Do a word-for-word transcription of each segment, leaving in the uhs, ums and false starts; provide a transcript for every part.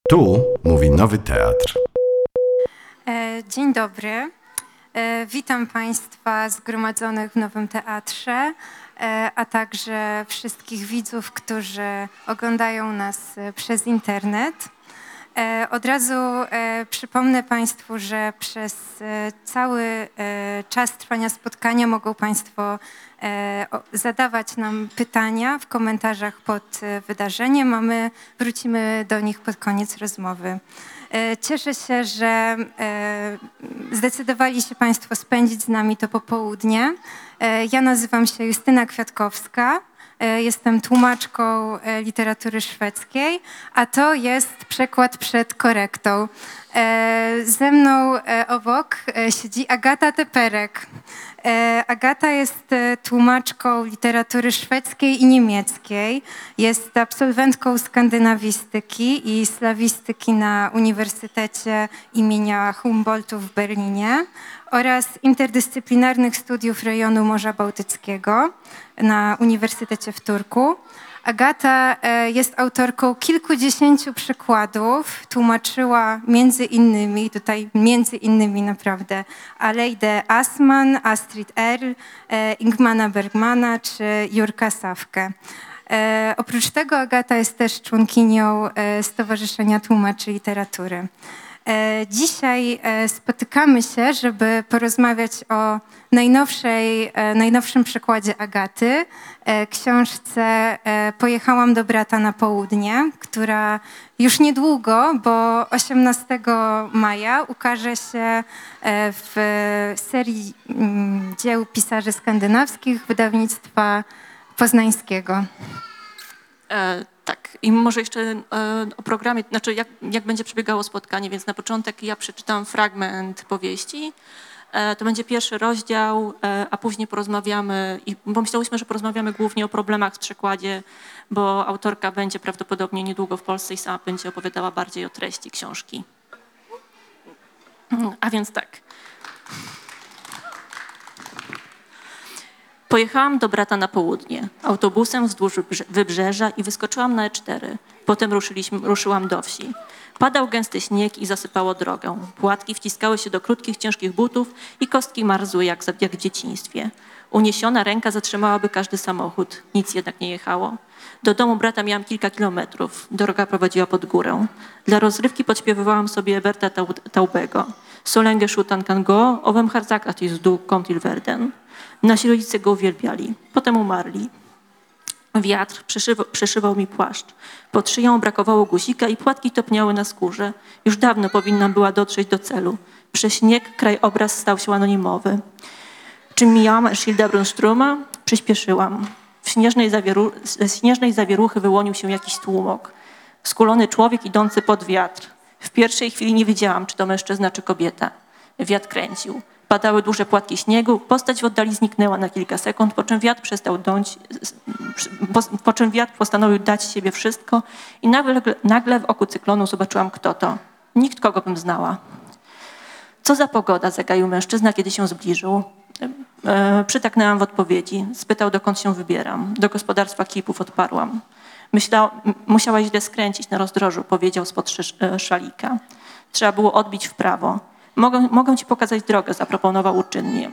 Tu mówi Nowy Teatr. Dzień dobry. Witam Państwa zgromadzonych w Nowym Teatrze, a także wszystkich widzów, którzy oglądają nas przez internet. Od razu przypomnę Państwu, że przez cały czas trwania spotkania mogą Państwo zadawać nam pytania w komentarzach pod wydarzeniem, a my wrócimy do nich pod koniec rozmowy. Cieszę się, że zdecydowali się Państwo spędzić z nami to popołudnie. Ja nazywam się Justyna Kwiatkowska. Jestem tłumaczką literatury szwedzkiej, a to jest Przekład przed korektą. Ze mną obok siedzi Agata Teperek. Agata jest tłumaczką literatury szwedzkiej i niemieckiej. Jest absolwentką skandynawistyki i slawistyki na Uniwersytecie imienia Humboldtu w Berlinie oraz interdyscyplinarnych studiów rejonu Morza Bałtyckiego na Uniwersytecie w Turku. Agata jest autorką kilkudziesięciu przekładów, tłumaczyła między innymi, tutaj między innymi naprawdę, Aleide Assmann, Astrid Erl, Ingmana Bergmana czy Jurka Sawkę. Oprócz tego Agata jest też członkinią Stowarzyszenia Tłumaczy Literatury. Dzisiaj spotykamy się, żeby porozmawiać o najnowszej, najnowszym przekładzie Agaty, książce Pojechałam do brata na południe, która już niedługo, bo osiemnastego maja ukaże się w serii dzieł pisarzy skandynawskich wydawnictwa poznańskiego. E, tak, i może jeszcze e, o programie, znaczy jak, jak będzie przebiegało spotkanie, więc na początek ja przeczytam fragment powieści. E, to będzie pierwszy rozdział, e, a później porozmawiamy, i pomyślałyśmy, że porozmawiamy głównie o problemach w przekładzie, bo autorka będzie prawdopodobnie niedługo w Polsce i sama będzie opowiadała bardziej o treści książki. A więc tak. Pojechałam do brata na południe, autobusem wzdłuż wybrzeża i wyskoczyłam na E cztery. Potem ruszyliśmy, ruszyłam do wsi. Padał gęsty śnieg i zasypało drogę. Płatki wciskały się do krótkich, ciężkich butów i kostki marzły jak, jak w dzieciństwie. Uniesiona ręka zatrzymałaby każdy samochód. Nic jednak nie jechało. Do domu brata miałam kilka kilometrów. Droga prowadziła pod górę. Dla rozrywki podśpiewywałam sobie Berta Taubego. Solenge Schutan kan go, owem harzakat is du kommt til verden. Nasi rodzice go uwielbiali. Potem umarli. Wiatr przeszywał, przeszywał mi płaszcz. Pod szyją brakowało guzika i płatki topniały na skórze. Już dawno powinnam była dotrzeć do celu. Przez śnieg krajobraz stał się anonimowy. Czy mijałam Schilda Brunströma? Przyspieszyłam. W śnieżnej, zawieru, z śnieżnej zawieruchy wyłonił się jakiś tłumok. Skulony człowiek idący pod wiatr. W pierwszej chwili nie wiedziałam, czy to mężczyzna, czy kobieta. Wiatr kręcił. Padały duże płatki śniegu, postać w oddali zniknęła na kilka sekund, po czym wiatr przestał dąć, po, po czym wiatr postanowił dać z siebie wszystko i nagle, nagle w oku cyklonu zobaczyłam, kto to. Nikt, kogo bym znała. Co za pogoda, zagaił mężczyzna, kiedy się zbliżył. E, przytaknęłam w odpowiedzi. Spytał, dokąd się wybieram. Do gospodarstwa kipów, odparłam. Myślał, musiałaś źle skręcić na rozdrożu, powiedział spod szalika. Trzeba było odbić w prawo. Mogę, mogę ci pokazać drogę, zaproponował uczynnie.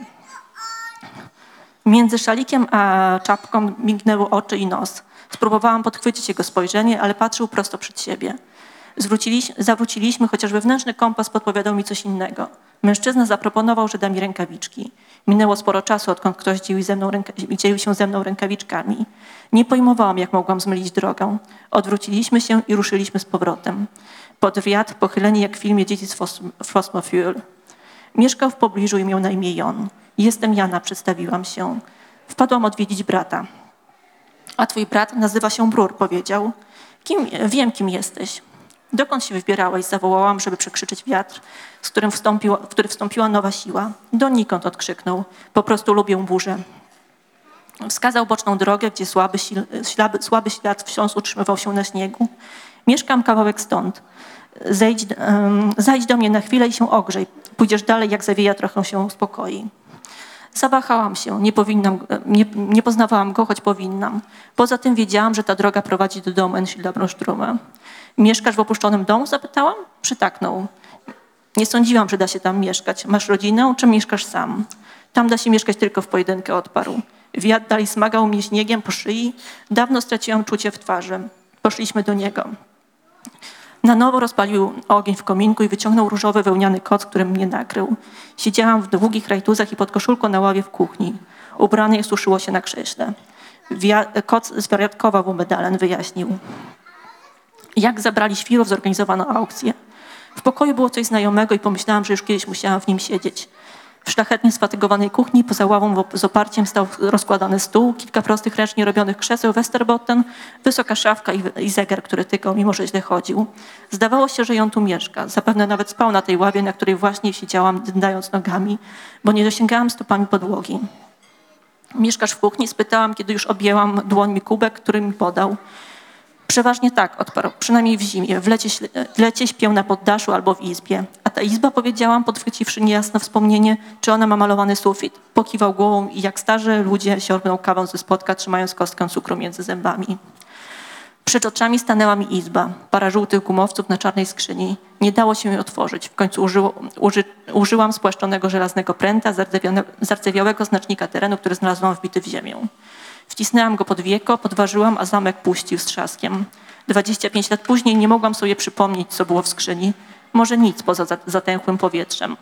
Między szalikiem a czapką mignęły oczy i nos. Spróbowałam podchwycić jego spojrzenie, ale patrzył prosto przed siebie. Zawróciliśmy, chociaż wewnętrzny kompas podpowiadał mi coś innego. Mężczyzna zaproponował, że da mi rękawiczki. Minęło sporo czasu, odkąd ktoś dzielił, ze mną ręka, dzielił się ze mną rękawiczkami. Nie pojmowałam, jak mogłam zmylić drogę. Odwróciliśmy się i ruszyliśmy z powrotem. Pod wiatr, pochyleni jak w filmie Dzieci z Fosmofuel. Mieszkał w pobliżu i miał na imię Jon. Jestem Jana, przedstawiłam się. Wpadłam odwiedzić brata. A twój brat nazywa się Brur, powiedział. Kim, wiem, kim jesteś. Dokąd się wybierałeś? Zawołałam, żeby przekrzyczeć wiatr, z którym wstąpiła, w który wstąpiła nowa siła. Donikąd, odkrzyknął. Po prostu lubię burzę. Wskazał boczną drogę, gdzie słaby, ślad, słaby ślad wciąż utrzymywał się na śniegu. Mieszkam kawałek stąd. Zejdź, um, zajdź do mnie na chwilę i się ogrzej. Pójdziesz dalej, jak zawieja, trochę się uspokoi. Zawahałam się, nie, powinnam, nie, nie poznawałam go, choć powinnam. Poza tym wiedziałam, że ta droga prowadzi do domu Enschilda Brunströma. Mieszkasz w opuszczonym domu? Zapytałam. Przytaknął. Nie sądziłam, że da się tam mieszkać. Masz rodzinę, czy mieszkasz sam? Tam da się mieszkać tylko w pojedynkę, odparł. Wiatr dalej smagał mnie śniegiem po szyi. Dawno straciłam czucie w twarzy. Poszliśmy do niego. Na nowo rozpalił ogień w kominku i wyciągnął różowy wełniany koc, którym mnie nakrył. Siedziałam w długich rajtuzach i pod koszulką na ławie w kuchni. Ubranie suszyło się na krześle. Wia- koc zwariatkował medalen, wyjaśnił. Jak zabrali świrów, zorganizowano aukcję. W pokoju było coś znajomego i pomyślałam, że już kiedyś musiałam w nim siedzieć. W szlachetnie sfatygowanej kuchni poza ławą z oparciem stał rozkładany stół, kilka prostych ręcznie robionych krzeseł Westerbotten, wysoka szafka i, i zegar, który tykał, mimo że źle chodził. Zdawało się, że ją tu mieszka. Zapewne nawet spał na tej ławie, na której właśnie siedziałam, dędając nogami, bo nie dosięgałam stopami podłogi. Mieszkasz w kuchni? Spytałam, kiedy już objęłam dłońmi kubek, który mi podał. Przeważnie tak, odparł, przynajmniej w zimie. W lecie, w lecie śpię na poddaszu albo w izbie. A ta izba, powiedziałam, podchwyciwszy niejasno wspomnienie, czy ona ma malowany sufit. Pokiwał głową i jak starzy ludzie siorbnął kawę ze spotka, trzymając kostkę cukru między zębami. Przed oczami stanęła mi izba, para żółtych gumowców na czarnej skrzyni. Nie dało się jej otworzyć. W końcu użyło, uży, użyłam spłaszczonego żelaznego pręta, zardzewiałego znacznika terenu, który znalazłam wbity w ziemię. Wcisnęłam go pod wieko, podważyłam, a zamek puścił z trzaskiem. Dwadzieścia pięć lat później nie mogłam sobie przypomnieć, co było w skrzyni. Może nic poza zatęchłym powietrzem.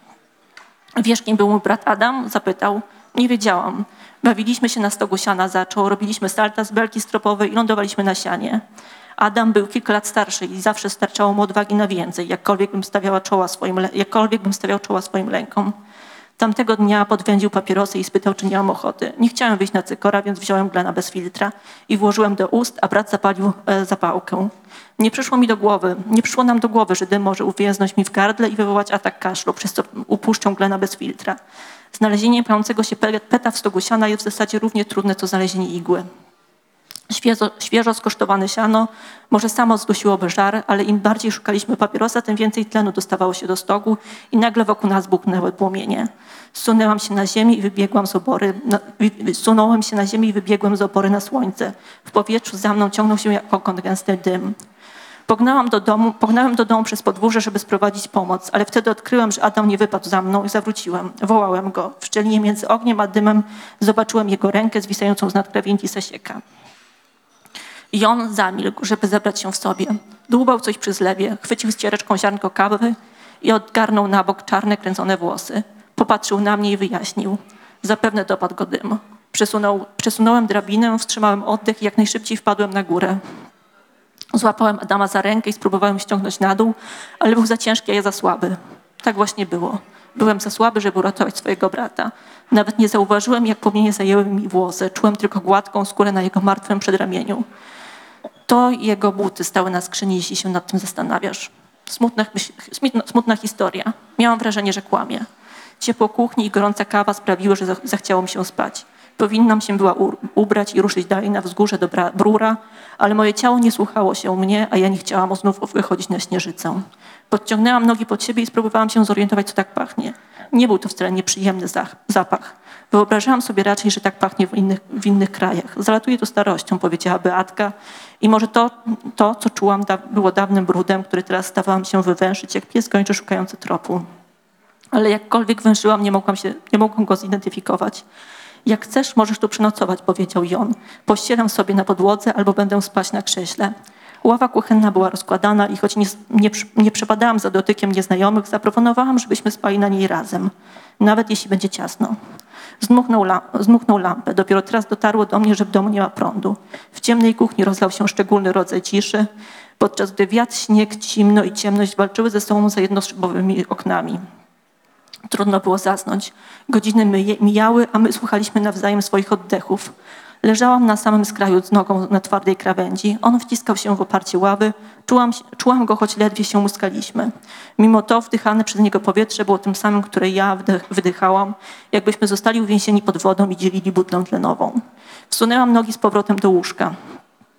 Wiesz, kim był mój brat Adam? Zapytał. Nie wiedziałam. Bawiliśmy się na stogu siana, zaczął, robiliśmy salta z belki stropowej i lądowaliśmy na sianie. Adam był kilka lat starszy i zawsze starczało mu odwagi na więcej, jakkolwiek bym stawiała czoła swoim, jakkolwiek bym stawiał czoła swoim lękom. Tamtego dnia podwędził papierosy i spytał, czy nie mam ochoty. Nie chciałem wyjść na cykora, więc wziąłem glena bez filtra i włożyłem do ust, a brat zapalił e, zapałkę. Nie przyszło mi do głowy, nie przyszło nam do głowy, że dym może uwięznąć mi w gardle i wywołać atak kaszlu, przez co upuszczę glena bez filtra. Znalezienie pającego się peta w stogu siana jest w zasadzie równie trudne, co znalezienie igły. Świeżo, świeżo skosztowane siano może samo zgłosiłoby żar, ale im bardziej szukaliśmy papierosa, tym więcej tlenu dostawało się do stogu i nagle wokół nas buchnęły płomienie. Zsunęłam się na ziemi i wybiegłam z obory, na, zsunąłem się na ziemi i wybiegłem z obory na słońce. W powietrzu za mną ciągnął się jak kokon gęsty dym. Pognałam do domu, pognałem do domu przez podwórze, żeby sprowadzić pomoc, ale wtedy odkryłem, że Adam nie wypadł za mną i zawróciłem. Wołałem go. W szczelinie między ogniem a dymem zobaczyłem jego rękę zwisającą z nadkrawędzi Sasieka. I on zamilkł, żeby zebrać się w sobie. Dłubał coś przy zlewie, chwycił ściereczką ziarnko kawy i odgarnął na bok czarne, kręcone włosy. Popatrzył na mnie i wyjaśnił. Zapewne dopadł go dym. Przesunął, przesunąłem drabinę, wstrzymałem oddech i jak najszybciej wpadłem na górę. Złapałem Adama za rękę i spróbowałem ściągnąć na dół, ale był za ciężki, a ja za słaby. Tak właśnie było. Byłem za słaby, żeby uratować swojego brata. Nawet nie zauważyłem, jak płomienie zajęły mi włosy. Czułem tylko gładką skórę na jego martwym przedramieniu. To jego buty stały na skrzyni, jeśli się nad tym zastanawiasz. Smutna, smutna historia. Miałam wrażenie, że kłamie. Ciepło kuchni i gorąca kawa sprawiły, że zachciało mi się spać. Powinnam się była ubrać i ruszyć dalej na wzgórze do Brura, ale moje ciało nie słuchało się mnie, a ja nie chciałam znów wychodzić na Śnieżycę. Podciągnęłam nogi pod siebie i spróbowałam się zorientować, co tak pachnie. Nie był to wcale nieprzyjemny zapach. Wyobrażałam sobie raczej, że tak pachnie w innych, w innych krajach. Zalatuje to starością, powiedziała Beatka. I może to, to co czułam, da, było dawnym brudem, który teraz stawałam się wywęszyć, jak pies gończy szukający tropu. Ale jakkolwiek węszyłam, nie mogłam, się, nie mogłam go zidentyfikować. Jak chcesz, możesz tu przenocować, powiedział Jon. Pościelam sobie na podłodze albo będę spać na krześle. Ława kuchenna była rozkładana i choć nie, nie, nie przepadałam za dotykiem nieznajomych, zaproponowałam, żebyśmy spali na niej razem, nawet jeśli będzie ciasno. Zdmuchnął, lam, zdmuchnął lampę. Dopiero teraz dotarło do mnie, że w domu nie ma prądu. W ciemnej kuchni rozlał się szczególny rodzaj ciszy, podczas gdy wiatr, śnieg, zimno i ciemność walczyły ze sobą za jednoszybowymi oknami. Trudno było zasnąć. Godziny mijały, a my słuchaliśmy nawzajem swoich oddechów. Leżałam na samym skraju z nogą na twardej krawędzi. On wciskał się w oparcie ławy. Czułam, czułam go, choć ledwie się muskaliśmy. Mimo to wdychane przez niego powietrze było tym samym, które ja wdych, wydychałam, jakbyśmy zostali uwięzieni pod wodą i dzielili butlę tlenową. Wsunęłam nogi z powrotem do łóżka.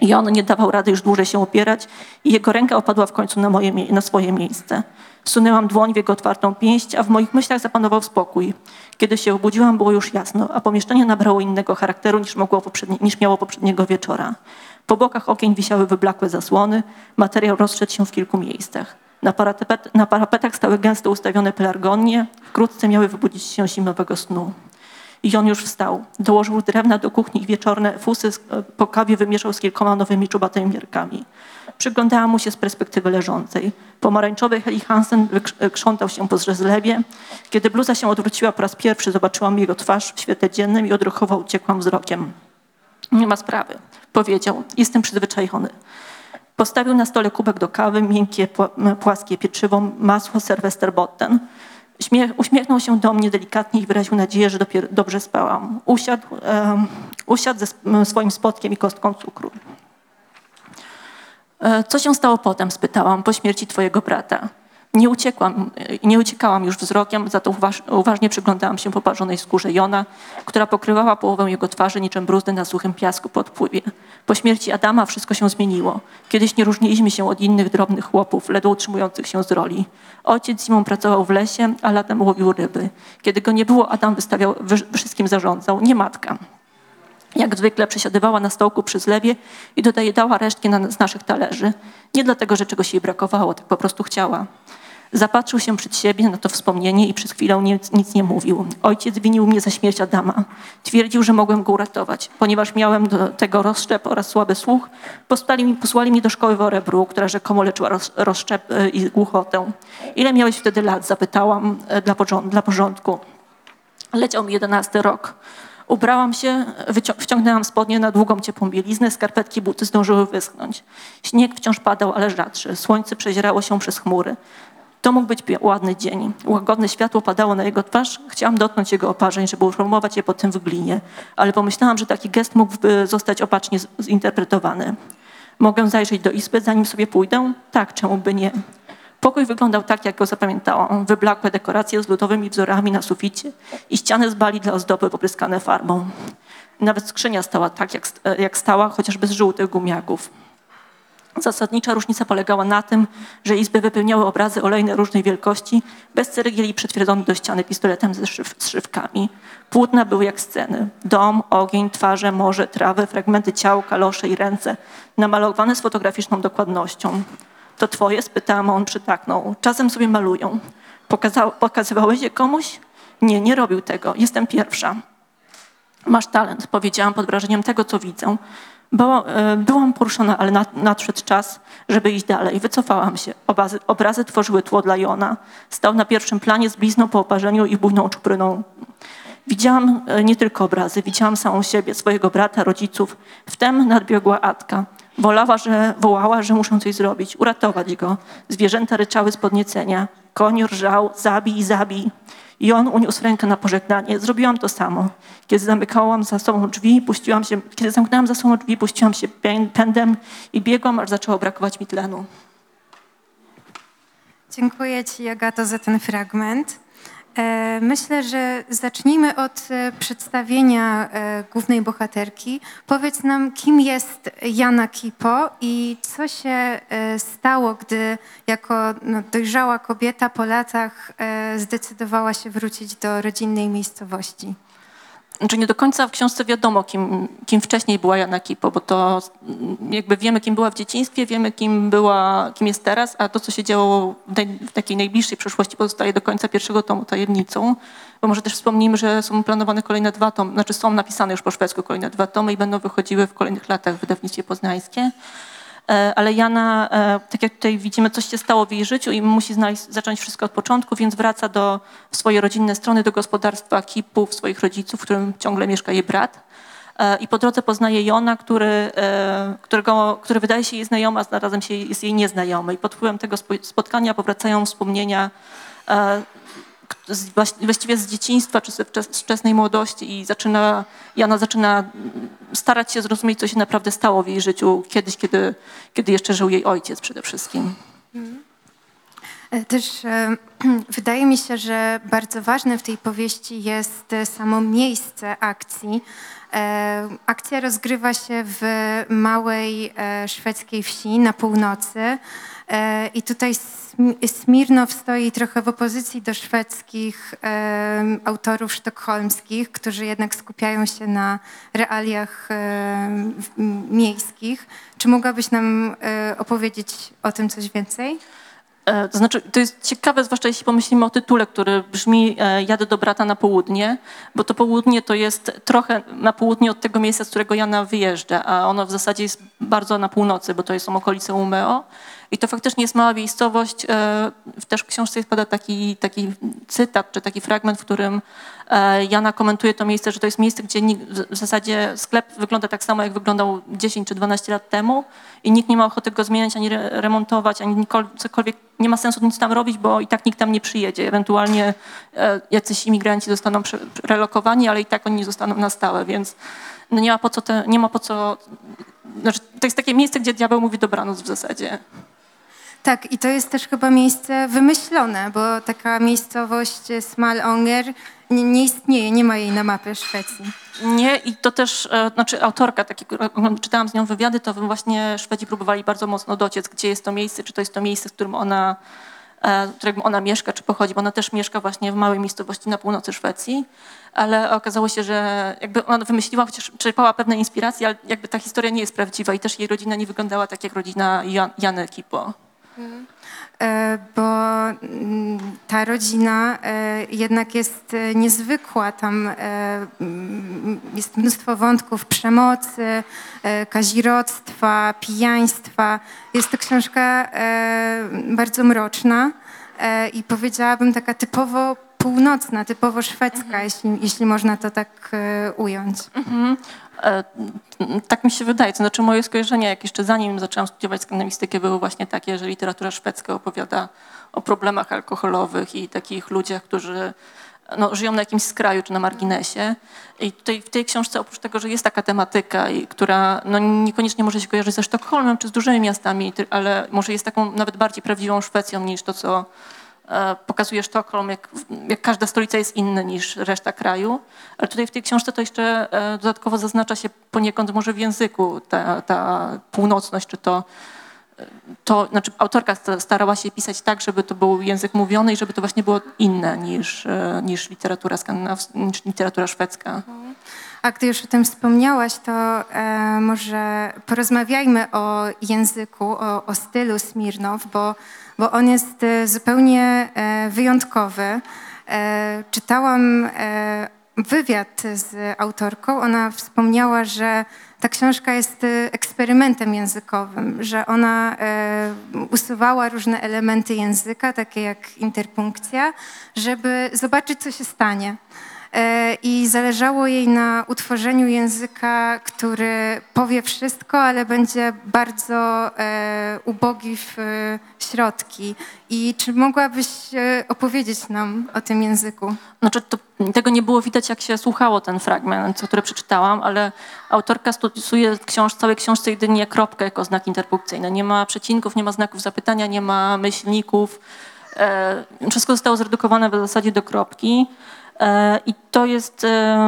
I on nie dawał rady już dłużej się opierać i jego ręka opadła w końcu na, moje, na swoje miejsce. Sunęłam dłoń w jego otwartą pięść, a w moich myślach zapanował spokój. Kiedy się obudziłam, było już jasno, a pomieszczenie nabrało innego charakteru niż, mogło poprzednie, niż miało poprzedniego wieczora. Po bokach okien wisiały wyblakłe zasłony, materiał rozszedł się w kilku miejscach. Na, parapet, na parapetach stały gęsto ustawione pelargonie, wkrótce miały wybudzić się zimowego snu. I on już wstał. Dołożył drewna do kuchni i wieczorne fusy po kawie wymieszał z kilkoma nowymi czubatymi miarkami. Przyglądałam mu się z perspektywy leżącej. Pomarańczowy Heli Hansen krzątał się po zlewie. Kiedy bluza się odwróciła po raz pierwszy, zobaczyłam jego twarz w świetle dziennym i odruchowo uciekłam wzrokiem. Nie ma sprawy, powiedział. Jestem przyzwyczajony. Postawił na stole kubek do kawy, miękkie, płaskie pieczywo, masło, serwesterbotten. Śmiech, uśmiechnął się do mnie delikatnie i wyraził nadzieję, że dopiero dobrze spałam. Usiadł, um, usiadł ze swoim spotkiem i kostką cukru. E, co się stało potem, spytałam, po śmierci twojego brata. Nie uciekłam, nie uciekałam już wzrokiem, za to uważ, uważnie przyglądałam się poparzonej skórze Jona, która pokrywała połowę jego twarzy niczym bruzdy na suchym piasku po odpływie. Po śmierci Adama wszystko się zmieniło. Kiedyś nie różniliśmy się od innych drobnych chłopów, ledwo utrzymujących się z roli. Ojciec zimą pracował w lesie, a latem łowił ryby. Kiedy go nie było, Adam wystawiał, wszystkim zarządzał, nie matka. Jak zwykle przesiadywała na stołku przy zlewie i dodawała resztki na, z naszych talerzy. Nie dlatego, że czegoś jej brakowało, tak po prostu chciała. Zapatrzył się przed siebie na to wspomnienie i przez chwilę nic, nic nie mówił. Ojciec winił mnie za śmierć Adama. Twierdził, że mogłem go uratować. Ponieważ miałem do tego rozszczep oraz słaby słuch, posłali mi, posłali mnie do szkoły w Orebru, która rzekomo leczyła roz, rozszczep i głuchotę. Ile miałeś wtedy lat? Zapytałam dla, porząd, dla porządku. Leciał mi jedenasty rok. Ubrałam się, wciągnęłam spodnie na długą, ciepłą bieliznę, skarpetki, buty zdążyły wyschnąć. Śnieg wciąż padał, ale rzadszy. Słońce przezierało się przez chmury. To mógł być ładny dzień. Łagodne światło padało na jego twarz. Chciałam dotknąć jego oparzeń, żeby uformować je potem w glinie. Ale pomyślałam, że taki gest mógłby zostać opacznie zinterpretowany. Mogę zajrzeć do izby, zanim sobie pójdę? Tak, czemu by nie? Pokój wyglądał tak, jak go zapamiętałam. Wyblakłe dekoracje z ludowymi wzorami na suficie i ściany z bali dla ozdoby popryskane farbą. Nawet skrzynia stała tak, jak, jak stała, chociaż bez żółtych gumiaków. Zasadnicza różnica polegała na tym, że izby wypełniały obrazy olejne różnej wielkości, bez ceregieli przytwierdzone do ściany pistoletem ze szyf szywkami. Płótna były jak sceny. Dom, ogień, twarze, morze, trawy, fragmenty ciał, kalosze i ręce, namalowane z fotograficzną dokładnością. To twoje? Spytałam, a on przytaknął. Czasem sobie malują. Pokaza pokazywałeś je komuś? Nie, nie robił tego. Jestem pierwsza. Masz talent, powiedziałam pod wrażeniem tego, co widzę. Była, byłam poruszona, ale nad, nadszedł czas, żeby iść dalej. Wycofałam się. Obrazy, obrazy tworzyły tło dla Jona. Stał na pierwszym planie z blizną po oparzeniu i bujną czupryną. Widziałam nie tylko obrazy, widziałam samą siebie, swojego brata, rodziców. Wtem nadbiegła Atka. Wolała, że, wołała, że muszę coś zrobić, uratować go. Zwierzęta ryczały z podniecenia. Koń rżał, zabij, zabij. I on uniósł rękę na pożegnanie. Zrobiłam to samo. Kiedy zamykałam za sobą drzwi, puściłam się, kiedy zamknęłam za sobą drzwi, puściłam się pędem i biegłam, aż zaczęło brakować mi tlenu. Dziękuję ci, Agato, za ten fragment. Myślę, że zacznijmy od przedstawienia głównej bohaterki. Powiedz nam, kim jest Jana Kipo i co się stało, gdy jako no, dojrzała kobieta po latach zdecydowała się wrócić do rodzinnej miejscowości. Znaczy nie do końca w książce wiadomo, kim, kim wcześniej była Jana Kipo, bo to jakby wiemy, kim była w dzieciństwie, wiemy, kim była, kim jest teraz, a to, co się działo w, tej, w takiej najbliższej przyszłości, pozostaje do końca pierwszego tomu tajemnicą. Bo może też wspomnijmy, że są planowane kolejne dwa tomy, znaczy są napisane już po szwedzku kolejne dwa tomy i będą wychodziły w kolejnych latach w wydawnictwie poznańskie. Ale Jana, tak jak tutaj widzimy, coś się stało w jej życiu i musi znaleźć, zacząć wszystko od początku, więc wraca do swojej rodzinnej strony, do gospodarstwa Kipów, swoich rodziców, w którym ciągle mieszka jej brat. I po drodze poznaje Jona, który, którego, który wydaje się jej znajomy, a zarazem się jest jej nieznajomy. I pod wpływem tego spotkania powracają wspomnienia z, właściwie z dzieciństwa czy z wczesnej młodości i zaczyna, Jana zaczyna starać się zrozumieć, co się naprawdę stało w jej życiu kiedyś, kiedy, kiedy jeszcze żył jej ojciec przede wszystkim. E, Też e, wydaje mi się, że bardzo ważne w tej powieści jest e, samo miejsce akcji. E, Akcja rozgrywa się w małej e, szwedzkiej wsi na północy. E, I tutaj Sm- Smirnow stoi trochę w opozycji do szwedzkich e, autorów sztokholmskich, którzy jednak skupiają się na realiach e, w- m- miejskich. Czy mogłabyś nam e, opowiedzieć o tym coś więcej? E, To znaczy, to jest ciekawe, zwłaszcza jeśli pomyślimy o tytule, który brzmi e, Jadę do brata na południe, bo to południe to jest trochę na południe od tego miejsca, z którego Jana wyjeżdża, a ono w zasadzie jest bardzo na północy, bo to są okolice Umeå. I to faktycznie jest mała miejscowość. E, Też w książce pada taki, taki cytat, czy taki fragment, w którym e, Jana komentuje to miejsce, że to jest miejsce, gdzie nikt, w zasadzie sklep wygląda tak samo, jak wyglądał dziesięć czy dwanaście lat temu i nikt nie ma ochoty go zmieniać, ani re- remontować, ani nikol- cokolwiek. Nie ma sensu nic tam robić, bo i tak nikt tam nie przyjedzie. Ewentualnie e, jacyś imigranci zostaną prze- relokowani, ale i tak oni nie zostaną na stałe, więc no nie ma po co, te, nie ma po co. Znaczy, to jest takie miejsce, gdzie diabeł mówi dobranoc w zasadzie. Tak, i to jest też chyba miejsce wymyślone, bo taka miejscowość Smalånger nie, nie istnieje, nie ma jej na mapie Szwecji. Nie, i to też, e, znaczy autorka, takie, e, czytałam z nią wywiady, to właśnie Szwedzi próbowali bardzo mocno dociec, gdzie jest to miejsce, czy to jest to miejsce, w którym ona, e, w którym ona mieszka, czy pochodzi, bo ona też mieszka właśnie w małej miejscowości na północy Szwecji, ale okazało się, że jakby ona wymyśliła, chociaż czerpała pewne inspiracje, ale jakby ta historia nie jest prawdziwa i też jej rodzina nie wyglądała tak jak rodzina Jan, Jany Kipo. E, Bo mm, ta rodzina e, jednak jest e, niezwykła. Tam e, mm, jest mnóstwo wątków przemocy, e, kazirodztwa, pijaństwa. Jest to książka e, bardzo mroczna e, i powiedziałabym taka typowo północna, typowo szwedzka, jeśli, jeśli można to tak e, ująć. Mhm. E, Tak mi się wydaje. To znaczy moje skojarzenia, jak jeszcze zanim zaczęłam studiować skandinawistykę, były właśnie takie, że literatura szwedzka opowiada o problemach alkoholowych i takich ludziach, którzy no, żyją na jakimś skraju czy na marginesie. I tutaj w tej książce oprócz tego, że jest taka tematyka, i, która no, niekoniecznie może się kojarzyć ze Sztokholmem czy z dużymi miastami, ty- ale może jest taką nawet bardziej prawdziwą Szwecją niż to, co e, pokazuje Sztokholm, jak, jak każda stolica jest inna niż reszta kraju. Ale tutaj w tej książce to jeszcze e, dodatkowo zaznacza się poniekąd może w języku ta, ta północność, czy to, to, znaczy autorka sta- starała się pisać tak, żeby to był język mówiony i żeby to właśnie było inne niż, e, niż literatura skandynawska, niż literatura szwedzka. A gdy już o tym wspomniałaś, to e, może porozmawiajmy o języku, o, o stylu Smirnow, bo, bo on jest e, zupełnie e, wyjątkowy. E, czytałam e, wywiad z autorką. Ona wspomniała, że ta książka jest e, eksperymentem językowym, że ona e, usuwała różne elementy języka, takie jak interpunkcja, żeby zobaczyć, co się stanie. E, I zależało jej na utworzeniu języka, który powie wszystko, ale będzie bardzo e, ubogi w e, środki. I czy mogłabyś e, opowiedzieć nam o tym języku? Znaczy, to, tego nie było widać, jak się słuchało ten fragment, który przeczytałam, ale autorka stosuje w książ- całej książce jedynie kropkę jako znak interpunkcyjny. Nie ma przecinków, nie ma znaków zapytania, nie ma myślników. E, wszystko zostało zredukowane w zasadzie do kropki. E, I to jest,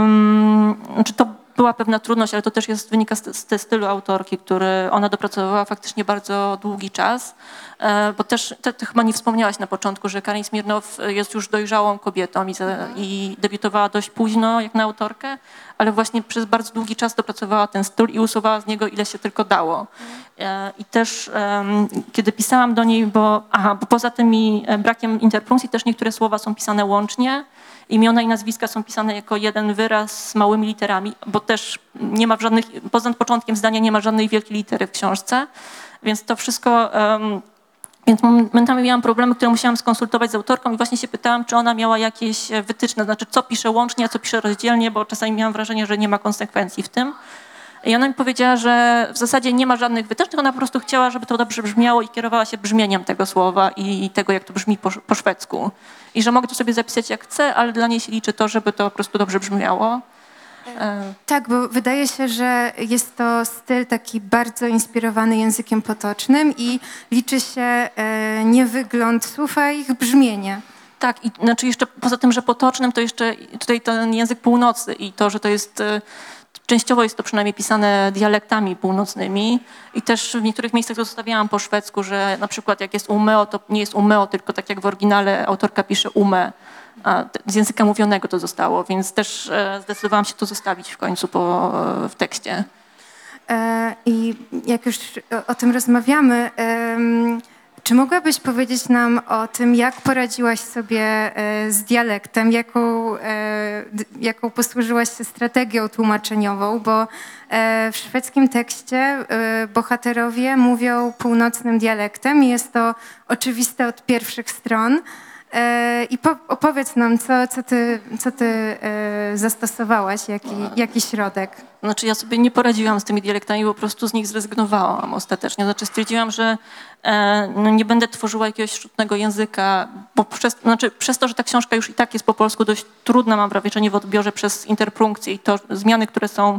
em, znaczy to była pewna trudność, ale to też jest, wynika z, z stylu autorki, który ona dopracowywała faktycznie bardzo długi czas, e, bo też, ty, ty chyba nie wspomniałaś na początku, że Karin Smirnow jest już dojrzałą kobietą i, za, i debiutowała dość późno jak na autorkę, ale właśnie przez bardzo długi czas dopracowała ten styl i usuwała z niego ile się tylko dało. E, I też em, kiedy pisałam do niej, bo, aha, bo poza tymi brakiem interpunkcji też niektóre słowa są pisane łącznie, imiona i nazwiska są pisane jako jeden wyraz z małymi literami, bo też nie ma żadnych, poza początkiem zdania nie ma żadnej wielkiej litery w książce, więc to wszystko, um, więc momentami miałam problemy, które musiałam skonsultować z autorką i właśnie się pytałam, czy ona miała jakieś wytyczne, znaczy co pisze łącznie, a co pisze rozdzielnie, bo czasami miałam wrażenie, że nie ma konsekwencji w tym. I ona mi powiedziała, że w zasadzie nie ma żadnych wytycznych, ona po prostu chciała, żeby to dobrze brzmiało i kierowała się brzmieniem tego słowa i tego, jak to brzmi po, po szwedzku. I że mogę to sobie zapisać jak chcę, ale dla niej się liczy to, żeby to po prostu dobrze brzmiało. E, Tak, bo wydaje się, że jest to styl taki bardzo inspirowany językiem potocznym i liczy się e, nie wygląd słów, a ich brzmienie. Tak, i znaczy jeszcze poza tym, że potocznym, to jeszcze tutaj ten język północny i to, że to jest e, częściowo jest to przynajmniej pisane dialektami północnymi i też w niektórych miejscach zostawiałam po szwedzku, że na przykład jak jest umeo, to nie jest umeo, tylko tak jak w oryginale autorka pisze ume. A z języka mówionego to zostało, więc też e, zdecydowałam się to zostawić w końcu po, e, w tekście. E, I jak już o, o tym rozmawiamy, em, czy mogłabyś powiedzieć nam o tym, jak poradziłaś sobie e, z dialektem, jaką, e, d- jaką posłużyłaś się strategią tłumaczeniową, bo e, w szwedzkim tekście e, bohaterowie mówią północnym dialektem i jest to oczywiste od pierwszych stron. E, I po, opowiedz nam, co, co ty, co ty e, zastosowałaś, jaki, jaki środek. Znaczy ja sobie nie poradziłam z tymi dialektami, po prostu z nich zrezygnowałam ostatecznie. Znaczy stwierdziłam, że e, no nie będę tworzyła jakiegoś sztucznego języka, bo przez, znaczy przez to, że ta książka już i tak jest po polsku dość trudna, mam wrażenie, w odbiorze przez interpunkcję i to zmiany, które są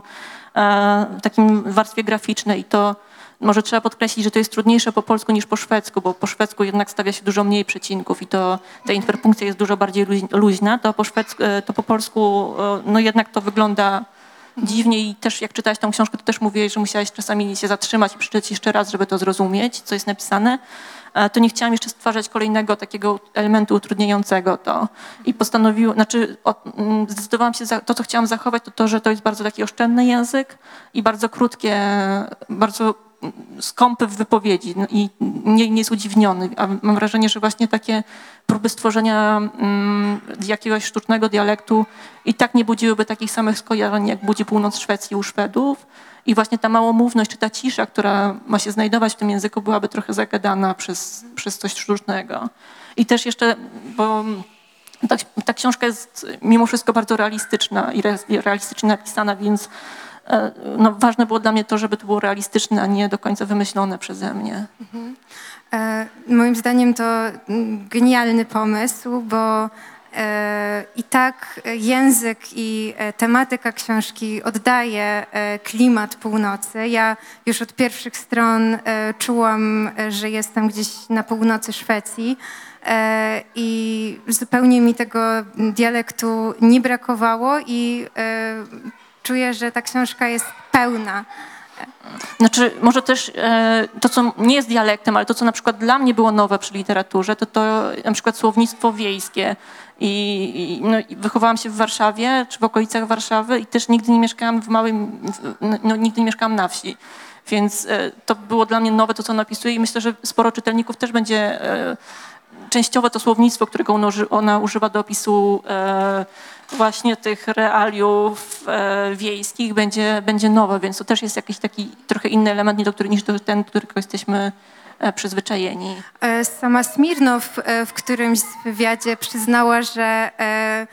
e, w takim warstwie graficznej, to może trzeba podkreślić, że to jest trudniejsze po polsku niż po szwedzku, bo po szwedzku jednak stawia się dużo mniej przecinków i to ta interpunkcja jest dużo bardziej luźna, to po, szwedzku, to po polsku no jednak to wygląda dziwnie i też jak czytałeś tą książkę, to też mówiłeś, że musiałeś czasami się zatrzymać i przeczytać jeszcze raz, żeby to zrozumieć, co jest napisane. To nie chciałam jeszcze stwarzać kolejnego takiego elementu utrudniającego to. I postanowiłam, znaczy o, zdecydowałam się, za, to co chciałam zachować, to to, że to jest bardzo taki oszczędny język i bardzo krótkie, bardzo skąpy w wypowiedzi no i nie, nie jest udziwniony. A mam wrażenie, że właśnie takie próby stworzenia um, jakiegoś sztucznego dialektu i tak nie budziłyby takich samych skojarzeń, jak budzi północ Szwecji u Szwedów. I właśnie ta małomówność, czy ta cisza, która ma się znajdować w tym języku, byłaby trochę zagadana przez, przez coś sztucznego. I też jeszcze, bo ta, ta książka jest mimo wszystko bardzo realistyczna i, re, i realistycznie napisana, więc no, ważne było dla mnie to, żeby to było realistyczne, a nie do końca wymyślone przeze mnie. Mhm. E, moim zdaniem to genialny pomysł, bo e, i tak język i tematyka książki oddaje e, klimat północy. Ja już od pierwszych stron e, czułam, że jestem gdzieś na północy Szwecji. E, I zupełnie mi tego dialektu nie brakowało i e, czuję, że ta książka jest pełna. Znaczy, może też e, to, co nie jest dialektem, ale to, co na przykład dla mnie było nowe przy literaturze, to to na przykład słownictwo wiejskie. I, i, no, i wychowałam się w Warszawie, czy w okolicach Warszawy i też nigdy nie mieszkałam w małym, no, nigdy nie mieszkałam na wsi. Więc e, to było dla mnie nowe, to, co napisuję i myślę, że sporo czytelników też będzie e, częściowo to słownictwo, którego ona, ona używa do opisu e, właśnie tych realiów e, wiejskich będzie, będzie nowe, więc to też jest jakiś taki trochę inny element niż, niż ten, do którego jesteśmy e, przyzwyczajeni. Sama Smirnow w którymś wywiadzie przyznała, że e,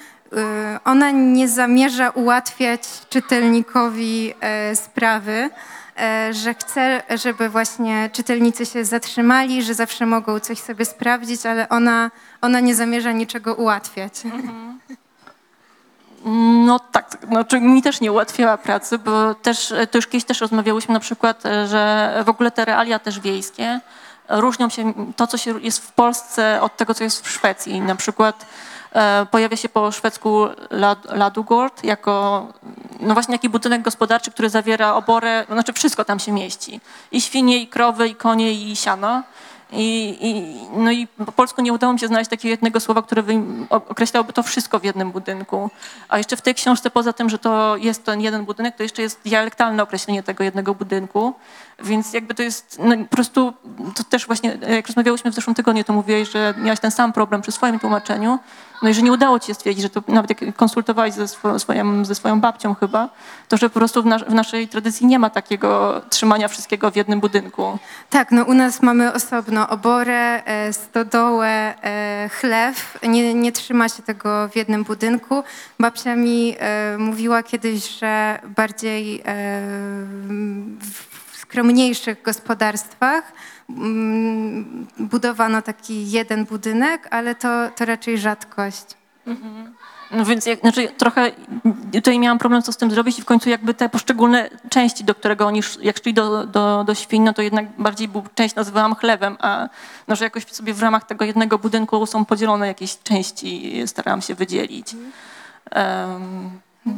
ona nie zamierza ułatwiać czytelnikowi e, sprawy, e, że chce, żeby właśnie czytelnicy się zatrzymali, że zawsze mogą coś sobie sprawdzić, ale ona, ona nie zamierza niczego ułatwiać. Mhm. No tak, znaczy mi też nie ułatwiała pracy, bo też, to już kiedyś też rozmawiałyśmy na przykład, że w ogóle te realia też wiejskie różnią się, to co się jest w Polsce od tego, co jest w Szwecji. Na przykład e, pojawia się po szwedzku lad, ladugård jako no właśnie taki budynek gospodarczy, który zawiera oborę, znaczy wszystko tam się mieści. I świnie, i krowy, i konie, i siano. I, i, no i po polsku nie udało mi się znaleźć takiego jednego słowa, które określałoby to wszystko w jednym budynku. A jeszcze w tej książce, poza tym, że to jest ten jeden budynek, to jeszcze jest dialektalne określenie tego jednego budynku. Więc jakby to jest no po prostu, to też właśnie, jak rozmawiałyśmy w zeszłym tygodniu, to mówiłeś, że miałaś ten sam problem przy swoim tłumaczeniu. No i że nie udało ci się stwierdzić, że to nawet jak konsultowałeś ze, swo, swoją, ze swoją babcią chyba, to że po prostu w, nas, w naszej tradycji nie ma takiego trzymania wszystkiego w jednym budynku. Tak, no u nas mamy osobno oborę, stodołę, chlew. Nie, nie trzyma się tego w jednym budynku. Babcia mi e, mówiła kiedyś, że bardziej e, w skromniejszych gospodarstwach m, budowano taki jeden budynek, ale to, to raczej rzadkość. Mhm. No więc jak, znaczy trochę tutaj miałam problem, co z tym zrobić i w końcu jakby te poszczególne części, do którego oni sz, jak szli do, do, do świń, no to jednak bardziej był, część nazywałam chlewem, a no, że jakoś sobie w ramach tego jednego budynku są podzielone jakieś części, starałam się wydzielić. Um,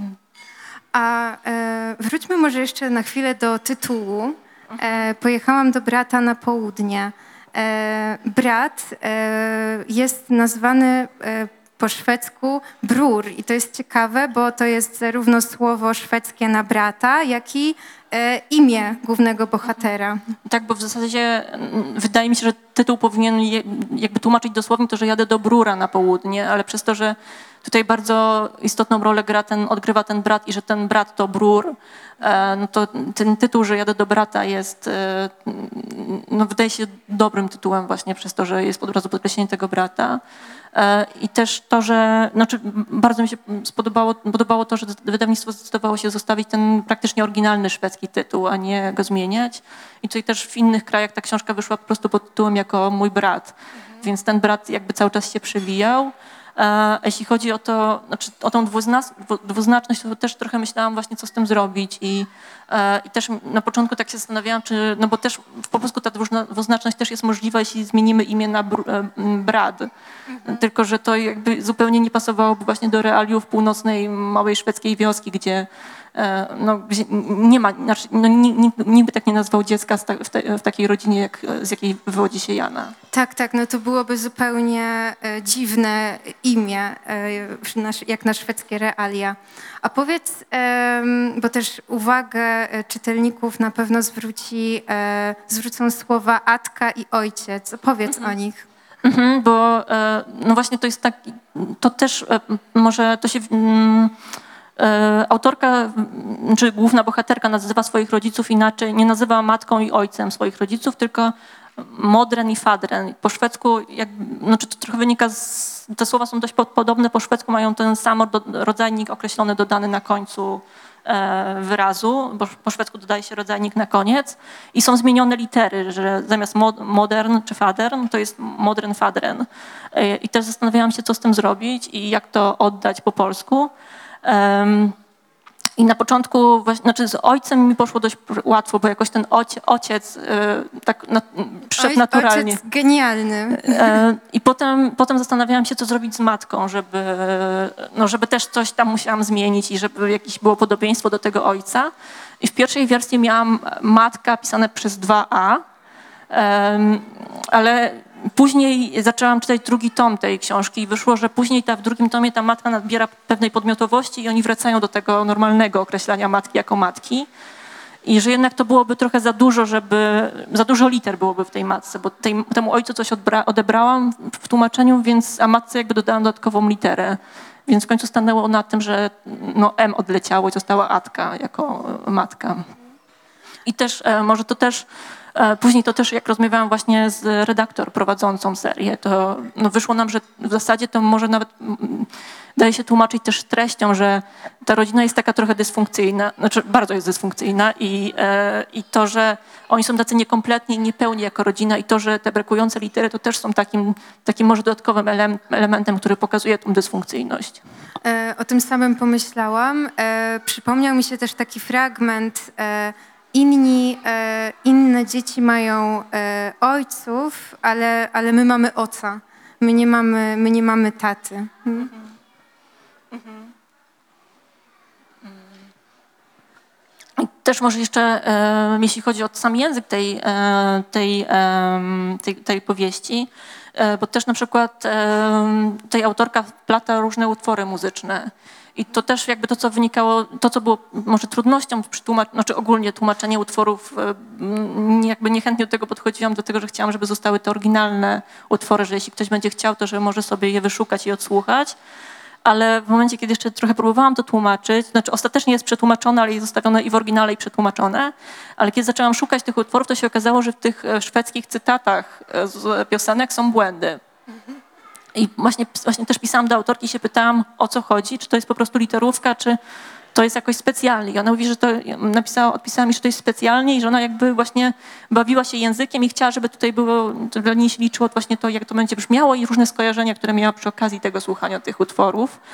A e, wróćmy może jeszcze na chwilę do tytułu. E, pojechałam do brata na południe. E, brat e, jest nazwany e, po szwedzku bror i to jest ciekawe, bo to jest zarówno słowo szwedzkie na brata, jak i e, imię głównego bohatera. Tak, bo w zasadzie mm, wydaje mi się, że tytuł powinien je, jakby tłumaczyć dosłownie to, że jadę do Brura na południe, ale przez to, że tutaj bardzo istotną rolę gra ten, odgrywa ten brat i że ten brat to Brur, e, no to ten tytuł, że jadę do brata jest, e, no wydaje się dobrym tytułem właśnie przez to, że jest od razu podkreślenie tego brata. I też to, że znaczy bardzo mi się spodobało, podobało to, że wydawnictwo zdecydowało się zostawić ten praktycznie oryginalny szwedzki tytuł, a nie go zmieniać. I tutaj też w innych krajach ta książka wyszła po prostu pod tytułem jako Mój brat. Mhm. Więc ten brat jakby cały czas się przewijał. A jeśli chodzi o to, znaczy o tą dwuznaczność, to też trochę myślałam właśnie, co z tym zrobić i, e, i też na początku tak się zastanawiałam, czy, no bo też po polsku ta dwuznaczność też jest możliwa, jeśli zmienimy imię na br, e, Brad, mhm. Tylko że to jakby zupełnie nie pasowałoby właśnie do realiów północnej, małej szwedzkiej wioski, gdzie no, nie ma, znaczy, no, nikt, nikt by tak nie nazwał dziecka w, te, w takiej rodzinie, jak, z jakiej wywodzi się Jana. Tak, tak, no to byłoby zupełnie e, dziwne imię, e, na, jak na szwedzkie realia. A powiedz, e, bo też uwagę czytelników na pewno zwróci, e, zwrócą słowa Atka i ojciec. Powiedz mhm. o nich. Mhm, bo e, no właśnie to jest tak, to też e, może to się... Mm, autorka, czy główna bohaterka nazywa swoich rodziców inaczej, nie nazywa matką i ojcem swoich rodziców, tylko modren i fadren. Po szwedzku, jak, znaczy to trochę wynika z, te słowa są dość podobne, po szwedzku mają ten sam rodzajnik określony dodany na końcu e, wyrazu, bo po szwedzku dodaje się rodzajnik na koniec i są zmienione litery, że zamiast mod, modern czy fadern, to jest modern fadren. E, I też zastanawiałam się, co z tym zrobić i jak to oddać po polsku. Um, I na początku, właśnie, znaczy z ojcem mi poszło dość łatwo, bo jakoś ten ocie, ojciec y, tak na, przyszedł Oj, naturalnie. Ojciec genialny. E, I potem, potem zastanawiałam się, co zrobić z matką, żeby, no, żeby też coś tam musiałam zmienić i żeby jakieś było podobieństwo do tego ojca. I w pierwszej wersji miałam matka pisane przez dwa A, um, ale później zaczęłam czytać drugi tom tej książki i wyszło, że później ta, w drugim tomie ta matka nabiera pewnej podmiotowości i oni wracają do tego normalnego określania matki jako matki. I że jednak to byłoby trochę za dużo, żeby, za dużo liter byłoby w tej matce, bo tej, temu ojcu coś odbra, odebrałam w tłumaczeniu, więc a matce jakby dodałam dodatkową literę. Więc w końcu stanęło na tym, że no, M odleciało i została Atka jako matka. I też e, może to też Później to też, jak rozmawiałam właśnie z redaktor prowadzącą serię, to no wyszło nam, że w zasadzie to może nawet daje się tłumaczyć też treścią, że ta rodzina jest taka trochę dysfunkcyjna, znaczy bardzo jest dysfunkcyjna i, e, i to, że oni są tacy niekompletni, niepełni jako rodzina i to, że te brakujące litery to też są takim, takim może dodatkowym ele- elementem, który pokazuje tą dysfunkcyjność. E, o tym samym pomyślałam. E, przypomniał mi się też taki fragment e, Inni, e, inne dzieci mają e, ojców, ale, ale my mamy ojca. My nie mamy, my nie mamy taty. Hmm? Mhm. I też może jeszcze, e, jeśli chodzi o sam język tej, e, tej, e, tej, tej powieści, e, bo też na przykład e, tej autorka wplata różne utwory muzyczne. I to też jakby to, co wynikało, to, co było może trudnością przy tłumaczeniu, znaczy ogólnie tłumaczenie utworów, jakby niechętnie do tego podchodziłam, do tego, że chciałam, żeby zostały te oryginalne utwory, że jeśli ktoś będzie chciał, to że może sobie je wyszukać i odsłuchać. Ale w momencie, kiedy jeszcze trochę próbowałam to tłumaczyć, znaczy ostatecznie jest przetłumaczone, ale jest zostawione i w oryginale, i przetłumaczone, ale kiedy zaczęłam szukać tych utworów, to się okazało, że w tych szwedzkich cytatach z piosenek są błędy. I właśnie, właśnie też pisałam do autorki i się pytałam, o co chodzi, czy to jest po prostu literówka, czy to jest jakoś specjalnie. I ona mówi, że to napisała, odpisała mi, że to jest specjalnie i że ona jakby właśnie bawiła się językiem i chciała, żeby tutaj było, dla niej się liczyło właśnie to, jak to będzie brzmiało i różne skojarzenia, które miała przy okazji tego słuchania tych utworów.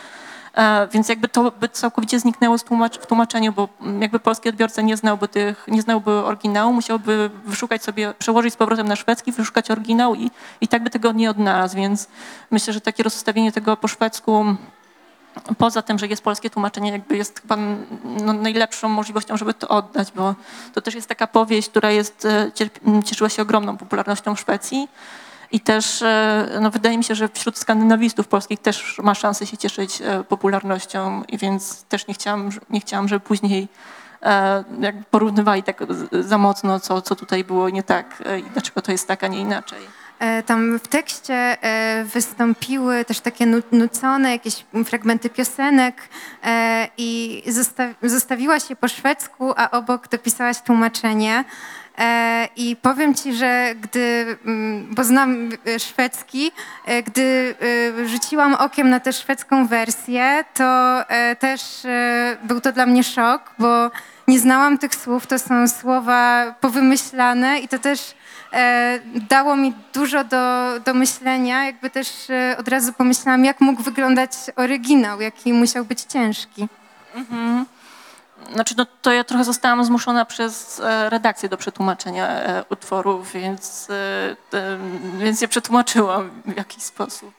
E, więc jakby to by całkowicie zniknęło z tłumacz- w tłumaczeniu, bo jakby polski odbiorca nie znałby tych, nie znałby oryginału, musiałby wyszukać sobie, przełożyć z powrotem na szwedzki, wyszukać oryginał i, i tak by tego nie odnalazł, więc myślę, że takie rozstawienie tego po szwedzku, poza tym, że jest polskie tłumaczenie, jakby jest chyba no, najlepszą możliwością, żeby to oddać, bo to też jest taka powieść, która jest, cierp- cieszyła się ogromną popularnością w Szwecji i też no, wydaje mi się, że wśród skandynawistów polskich też ma szansę się cieszyć popularnością i więc też nie chciałam, nie chciałam żeby później jak porównywali tak za mocno, co, co tutaj było nie tak i dlaczego to jest tak, a nie inaczej. Tam w tekście wystąpiły też takie nucone jakieś fragmenty piosenek i zostawiłaś je po szwedzku, a obok dopisałaś tłumaczenie. I powiem ci, że gdy, bo znam szwedzki, gdy rzuciłam okiem na tę szwedzką wersję, to też był to dla mnie szok, bo nie znałam tych słów, to są słowa powymyślane i to też dało mi dużo do, do myślenia, jakby też od razu pomyślałam, jak mógł wyglądać oryginał, jaki musiał być ciężki. Mhm. Znaczy, no, to ja trochę zostałam zmuszona przez redakcję do przetłumaczenia utworów, więc, więc je przetłumaczyłam w jakiś sposób.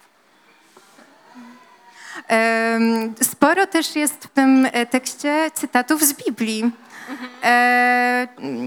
Sporo też jest w tym tekście cytatów z Biblii. E,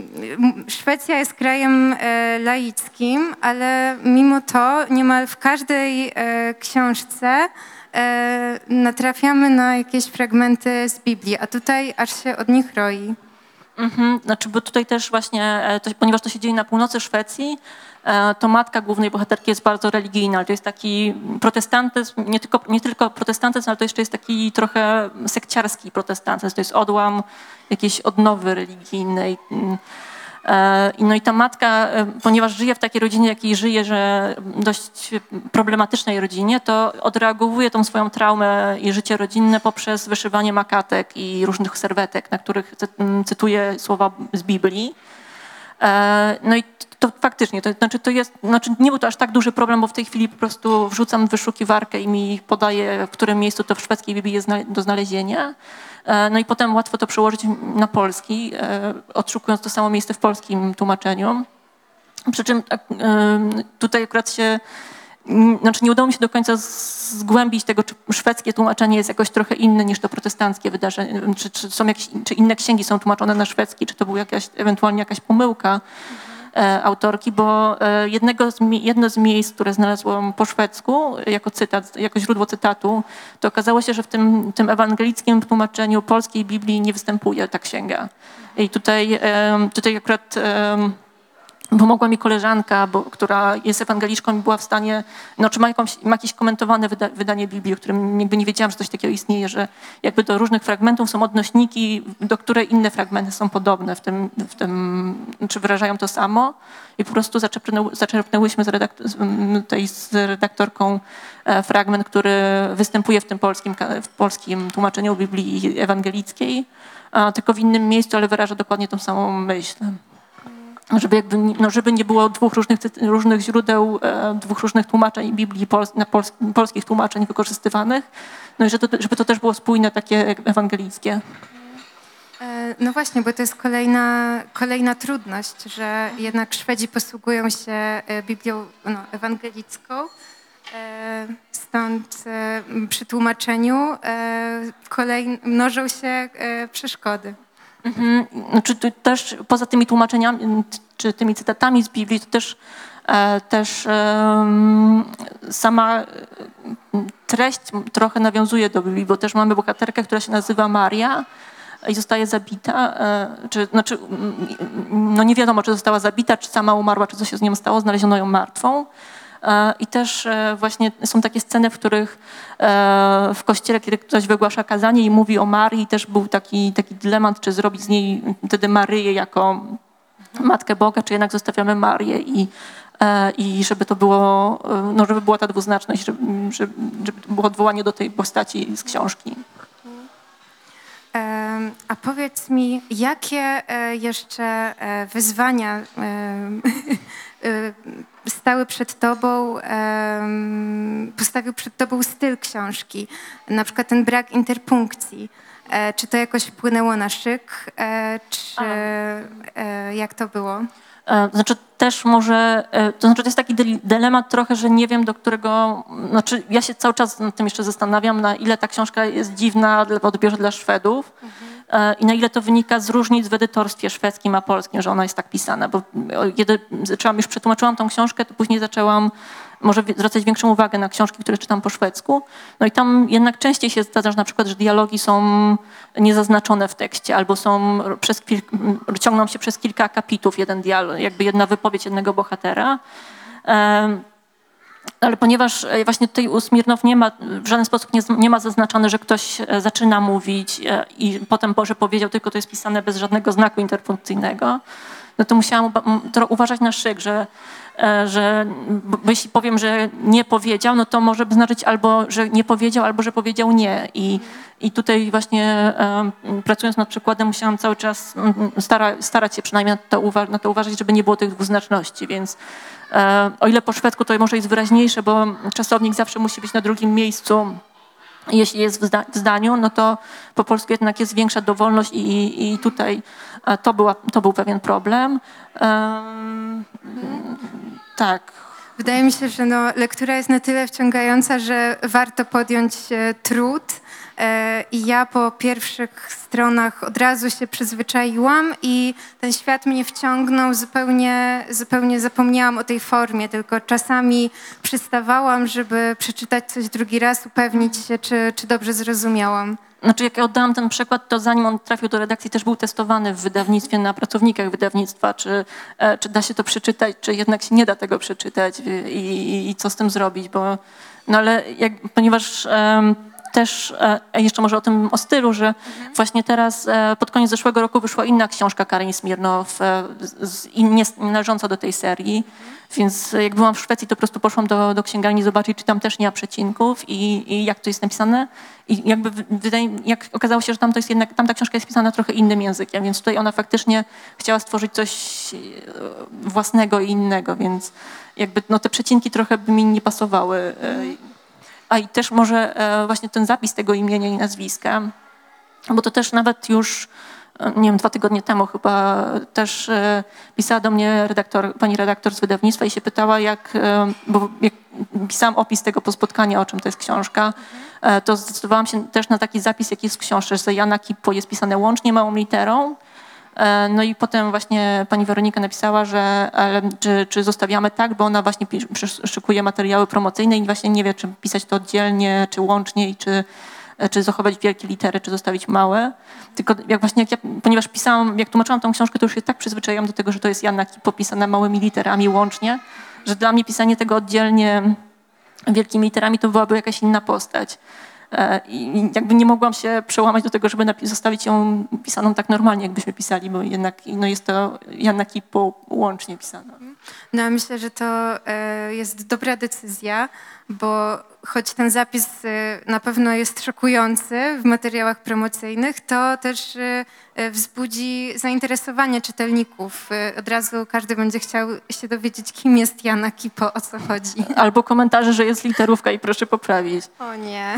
Szwecja jest krajem e, laickim, ale mimo to niemal w każdej e, książce e, natrafiamy na jakieś fragmenty z Biblii, a tutaj aż się od nich roi. Mhm. Znaczy, bo tutaj też właśnie, to, ponieważ to się dzieje na północy Szwecji, to matka głównej bohaterki jest bardzo religijna, ale to jest taki protestantyzm, nie tylko, nie tylko protestantyzm, ale to jeszcze jest taki trochę sekciarski protestantyzm, to jest odłam jakiejś odnowy religijnej. No i ta matka, ponieważ żyje w takiej rodzinie, jakiej żyje, że dość problematycznej rodzinie, to odreagowuje tą swoją traumę i życie rodzinne poprzez wyszywanie makatek i różnych serwetek, na których cytuje słowa z Biblii. No i to faktycznie, to znaczy to jest, znaczy nie był to aż tak duży problem, bo w tej chwili po prostu wrzucam w wyszukiwarkę i mi podaje, w którym miejscu to w szwedzkiej Biblii jest do znalezienia. No i potem łatwo to przełożyć na polski, odszukując to samo miejsce w polskim tłumaczeniu. Przy czym tutaj akurat się, znaczy nie udało mi się do końca zgłębić tego, czy szwedzkie tłumaczenie jest jakoś trochę inne niż to protestanckie wydarzenie, czy, czy, są jakieś, czy inne księgi są tłumaczone na szwedzki, czy to była jakaś, ewentualnie jakaś pomyłka e, autorki, bo e, jednego z, jedno z miejsc, które znalazłam po szwedzku jako cytat, jako źródło cytatu, to okazało się, że w tym, tym ewangelickim tłumaczeniu polskiej Biblii nie występuje ta księga. I tutaj, e, tutaj akurat e, pomogła mi koleżanka, bo, która jest ewangeliczką i była w stanie, no, czy ma, jakąś, ma jakieś komentowane wyda, wydanie Biblii, o którym jakby nie wiedziałam, że coś takiego istnieje, że jakby do różnych fragmentów są odnośniki, do których inne fragmenty są podobne w tym, w tym czy wyrażają to samo. I po prostu zaczerpnęły, zaczerpnęłyśmy z, redakt, tej, z redaktorką fragment, który występuje w tym polskim, w polskim tłumaczeniu Biblii ewangelickiej, tylko w innym miejscu, ale wyraża dokładnie tą samą myśl. Żeby, jakby, no, żeby nie było dwóch różnych, różnych źródeł, e, dwóch różnych tłumaczeń Biblii pol, na pols, polskich tłumaczeń wykorzystywanych, no i żeby to, żeby to też było spójne, takie ewangelickie. No właśnie, bo to jest kolejna, kolejna trudność, że jednak Szwedzi posługują się Biblią no, ewangelicką, stąd przy tłumaczeniu kolej, mnożą się przeszkody. Mhm. Znaczy, też poza tymi tłumaczeniami, czy tymi cytatami z Biblii, to też, e, też e, sama treść trochę nawiązuje do Biblii, bo też mamy bohaterkę, która się nazywa Maria i zostaje zabita, e, czy, znaczy, no nie wiadomo, czy została zabita, czy sama umarła, czy co się z nią stało, znaleziono ją martwą. I też właśnie są takie sceny, w których w kościele, kiedy ktoś wygłasza kazanie i mówi o Marii, też był taki, taki dylemat, czy zrobić z niej wtedy Maryję jako Matkę Boga, czy jednak zostawiamy Marię i, i żeby to było, no żeby była ta dwuznaczność, żeby, żeby, żeby było odwołanie do tej postaci z książki. A powiedz mi, jakie jeszcze wyzwania stały przed tobą, em, postawił przed tobą styl książki, na przykład ten brak interpunkcji. E, czy to jakoś wpłynęło na szyk, e, czy e, jak to było? E, Znaczy też może, e, to znaczy to jest taki dyl- dylemat trochę, że nie wiem do którego, znaczy ja się cały czas nad tym jeszcze zastanawiam, na ile ta książka jest dziwna w odbiorze dla Szwedów e, i na ile to wynika z różnic w edytorstwie szwedzkim a polskim, że ona jest tak pisana, bo kiedy zaczęłam, już przetłumaczyłam tą książkę, to później zaczęłam może wi- zwracać większą uwagę na książki, które czytam po szwedzku. No i tam jednak częściej się zdarza, że na przykład, że dialogi są niezaznaczone w tekście albo są przez kil- ciągną się przez kilka akapitów jeden dialog, jakby jedna wypowiedź jednego bohatera. Em, Ale ponieważ e, właśnie tutaj u Smirnow nie ma, w żaden sposób nie, nie ma zaznaczone, że ktoś e, zaczyna mówić e, i potem Boże powiedział, tylko to jest pisane bez żadnego znaku interpunkcyjnego, no to musiałam uba- m, to uważać na szyk, że, e, że bo bo jeśli powiem, że nie powiedział, no to może znaczyć albo, że nie powiedział, albo, że powiedział nie. I, i tutaj właśnie e, pracując nad przykładem musiałam cały czas m, stara, starać się przynajmniej na to, uwa- na to uważać, żeby nie było tych dwuznaczności, więc E, o ile po szwedzku to może jest wyraźniejsze, bo czasownik zawsze musi być na drugim miejscu, jeśli jest w, zda- w zdaniu, no to po polsku jednak jest większa dowolność i, i tutaj e, to, była, to był pewien problem. Em, tak. Wydaje mi się, że no, lektura jest na tyle wciągająca, że warto podjąć e, trud. E, I ja po pierwszych stronach od razu się przyzwyczaiłam i ten świat mnie wciągnął, zupełnie, zupełnie zapomniałam o tej formie, tylko czasami przystawałam, żeby przeczytać coś drugi raz, upewnić się, czy, czy dobrze zrozumiałam. Znaczy jak ja oddałam ten przykład, to zanim on trafił do redakcji, też był testowany w wydawnictwie na pracownikach wydawnictwa, czy, e, czy da się to przeczytać, czy jednak się nie da tego przeczytać i, i, i co z tym zrobić, bo no ale jak, ponieważ em, też e, jeszcze może o tym o stylu, że właśnie teraz e, pod koniec zeszłego roku wyszła inna książka Karin Smirnow, e, z, z, i nie należąca do tej serii. Więc jak byłam w Szwecji, to po prostu poszłam do, do księgarni zobaczyć, czy tam też nie ma przecinków i, i jak to jest napisane. I jakby wydaje, jak okazało się, że tam to jest jednak, tam ta książka jest pisana trochę innym językiem, więc tutaj ona faktycznie chciała stworzyć coś własnego i innego, więc jakby no, te przecinki trochę by mi nie pasowały. A i też może właśnie ten zapis tego imienia i nazwiska, bo to też nawet już nie wiem, dwa tygodnie temu chyba też e, pisała do mnie redaktor, pani redaktor z wydawnictwa i się pytała, jak, e, bo jak pisałam opis tego po spotkania, o czym to jest książka, e, to zdecydowałam się też na taki zapis, jaki jest w książce, że Jana Kippo jest pisane łącznie małą literą. E, no i potem właśnie pani Weronika napisała, że ale, czy, czy zostawiamy tak, bo ona właśnie pisz, szykuje materiały promocyjne i właśnie nie wie, czy pisać to oddzielnie, czy łącznie i czy czy zachować wielkie litery, czy zostawić małe. Tylko jak właśnie, jak ja, ponieważ pisałam, jak tłumaczyłam tą książkę, to już się tak przyzwyczaiłam do tego, że to jest Jana Kippo pisane małymi literami łącznie, że dla mnie pisanie tego oddzielnie wielkimi literami to byłaby jakaś inna postać. I jakby nie mogłam się przełamać do tego, żeby zostawić ją pisaną tak normalnie, jakbyśmy pisali, bo jednak no jest to Jana Kippo łącznie pisana. No myślę, że to jest dobra decyzja, bo choć ten zapis na pewno jest szokujący w materiałach promocyjnych, to też wzbudzi zainteresowanie czytelników. Od razu każdy będzie chciał się dowiedzieć, kim jest Jana Kippo, o co chodzi. Albo komentarze, że jest literówka i proszę poprawić. O nie.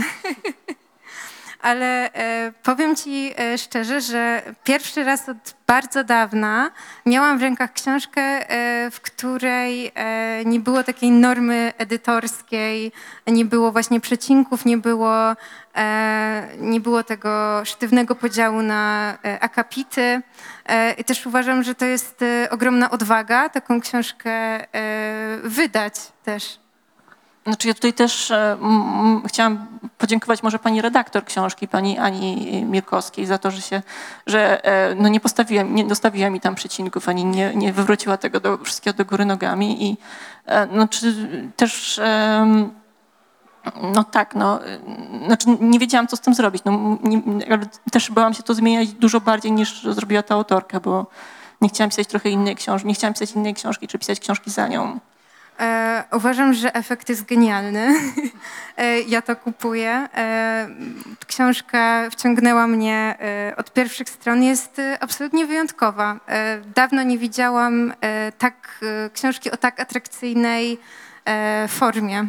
Ale e, powiem ci e, szczerze, że pierwszy raz od bardzo dawna miałam w rękach książkę, e, w której e, nie było takiej normy edytorskiej, nie było właśnie przecinków, nie było, e, nie było tego sztywnego podziału na e, akapity. E, I też uważam, że to jest e, ogromna odwaga taką książkę e, wydać też. Znaczy ja tutaj też e, m, chciałam podziękować może pani redaktor książki, pani Ani Mirkowskiej za to, że się, że e, no nie postawiła, nie dostawiła mi tam przecinków, ani nie, nie wywróciła tego do, wszystkiego do góry nogami i e, no czy też e, no tak, no, znaczy nie wiedziałam, co z tym zrobić. No, nie, ale też bałam się to zmieniać dużo bardziej niż zrobiła ta autorka, bo nie chciałam pisać trochę innej książki, nie chciałam pisać innej książki, czy pisać książki za nią. E, uważam, że efekt jest genialny. e, ja to kupuję. E, książka wciągnęła mnie e, od pierwszych stron. Jest e, absolutnie wyjątkowa. E, dawno nie widziałam e, tak, e, książki o tak atrakcyjnej e, formie.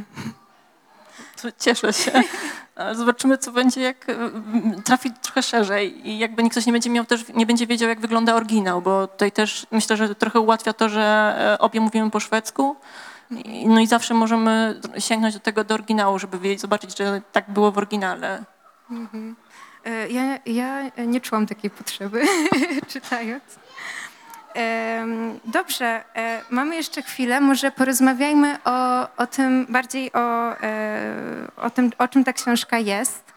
To cieszę się. Ale zobaczymy, co będzie, jak mm, trafi trochę szerzej i jakby nikt ktoś nie będzie miał też, nie będzie wiedział, jak wygląda oryginał, bo tutaj też myślę, że trochę ułatwia to, że e, obie mówimy po szwedzku. I- No i zawsze możemy sięgnąć do tego, do oryginału, żeby wiedzieć, zobaczyć, że tak było w oryginale. E, ja, ja nie czułam takiej potrzeby, czytając. Em, Dobrze, e, mamy jeszcze chwilę, może porozmawiajmy o, o tym bardziej o, e, o tym, o czym ta książka jest.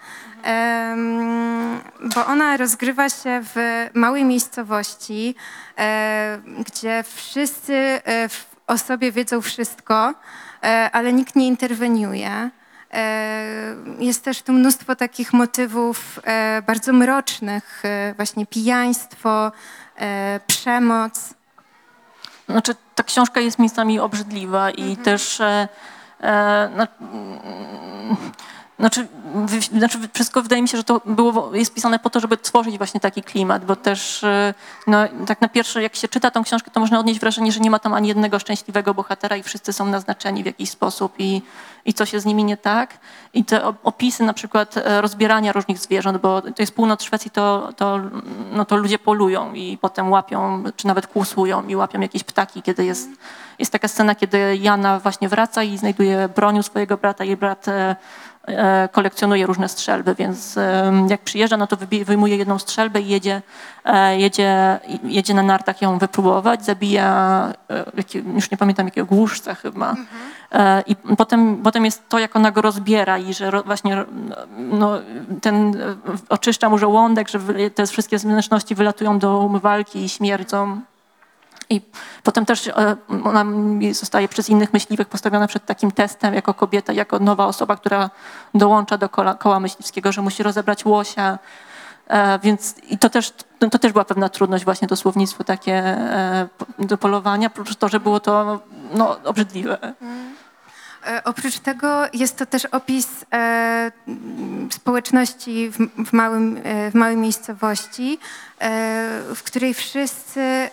Em, bo ona rozgrywa się w małej miejscowości, e, gdzie wszyscy e, w- o sobie wiedzą wszystko, e, ale nikt nie interweniuje. E, Jest też tu mnóstwo takich motywów e, bardzo mrocznych, e, właśnie pijaństwo, e, przemoc. Znaczy, ta książka jest miejscami obrzydliwa i też e, e, na, mm, znaczy, wy, znaczy, wszystko wydaje mi się, że to było, jest pisane po to, żeby tworzyć właśnie taki klimat, bo też e, no, tak na pierwsze, jak się czyta tą książkę, to można odnieść wrażenie, że nie ma tam ani jednego szczęśliwego bohatera i wszyscy są naznaczeni w jakiś sposób i, i coś jest z nimi nie tak. I te o- opisy na przykład e, rozbierania różnych zwierząt, bo to jest północ Szwecji, to, to, no, to ludzie polują i potem łapią, czy nawet kłusują i łapią jakieś ptaki, kiedy jest, jest taka scena, kiedy Jana właśnie wraca i znajduje broń u swojego brata, jej brat e, e, kolekcjonuje różne strzelby, więc e, jak przyjeżdża, no to wybie- wyjmuje jedną strzelbę i jedzie, e, jedzie, jedzie na nartach ją wypróbować, zabija, e, jakie, już nie pamiętam jakiego głuszca chyba. E, I potem, potem jest to, jak ona go rozbiera i że ro, właśnie no, ten e, oczyszcza mu żołądek, że wy- te wszystkie wnętrzności wylatują do umywalki i śmierdzą. I potem też e, ona zostaje przez innych myśliwych postawiona przed takim testem jako kobieta, jako nowa osoba, która dołącza do koła, koła myśliwskiego, że musi rozebrać łosia. E, Więc i to też, to, to też była pewna trudność właśnie to słownictwo takie e, po- do polowania, plus to, że było to no, obrzydliwe. E, Oprócz tego jest to też opis e, m, społeczności w, w, małym, e, w małej miejscowości, e, w której wszyscy e,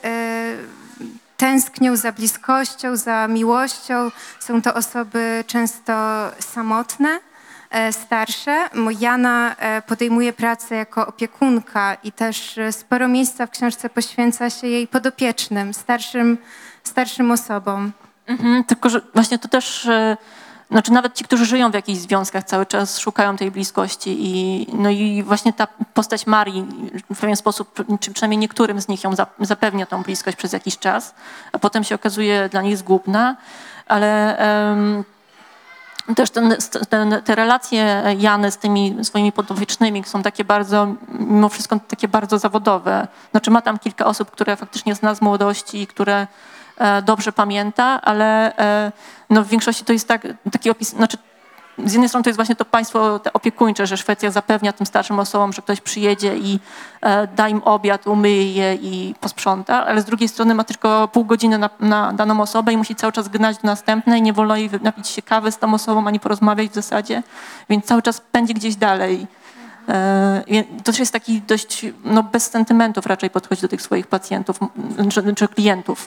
tęsknią za bliskością, za miłością. Są to osoby często samotne, e, starsze. Mo- Jana e, podejmuje pracę jako opiekunka i też e, sporo miejsca w książce poświęca się jej podopiecznym, starszym, starszym osobom. Mhm, tylko, że właśnie to też, e, znaczy nawet ci, którzy żyją w jakichś związkach cały czas szukają tej bliskości i no i właśnie ta postać Marii w pewien sposób, czy przynajmniej niektórym z nich ją za- zapewnia tą bliskość przez jakiś czas, a potem się okazuje dla nich zgubna, ale em, też ten, ten, te relacje Jany z tymi swoimi podopiecznymi są takie bardzo, mimo wszystko takie bardzo zawodowe. Znaczy ma tam kilka osób, które faktycznie zna z młodości, które e, dobrze pamięta, ale e, no w większości to jest tak, taki opis, znaczy z jednej strony to jest właśnie to państwo te opiekuńcze, że Szwecja zapewnia tym starszym osobom, że ktoś przyjedzie i e, da im obiad, umyje je i posprząta, ale z drugiej strony ma tylko pół godziny na, na daną osobę i musi cały czas gnać do następnej, nie wolno jej wy- napić się kawy z tą osobą, ani porozmawiać w zasadzie, więc cały czas pędzi gdzieś dalej. E, i to też jest taki dość, no bez sentymentów raczej podchodzi do tych swoich pacjentów, m, czy, czy klientów.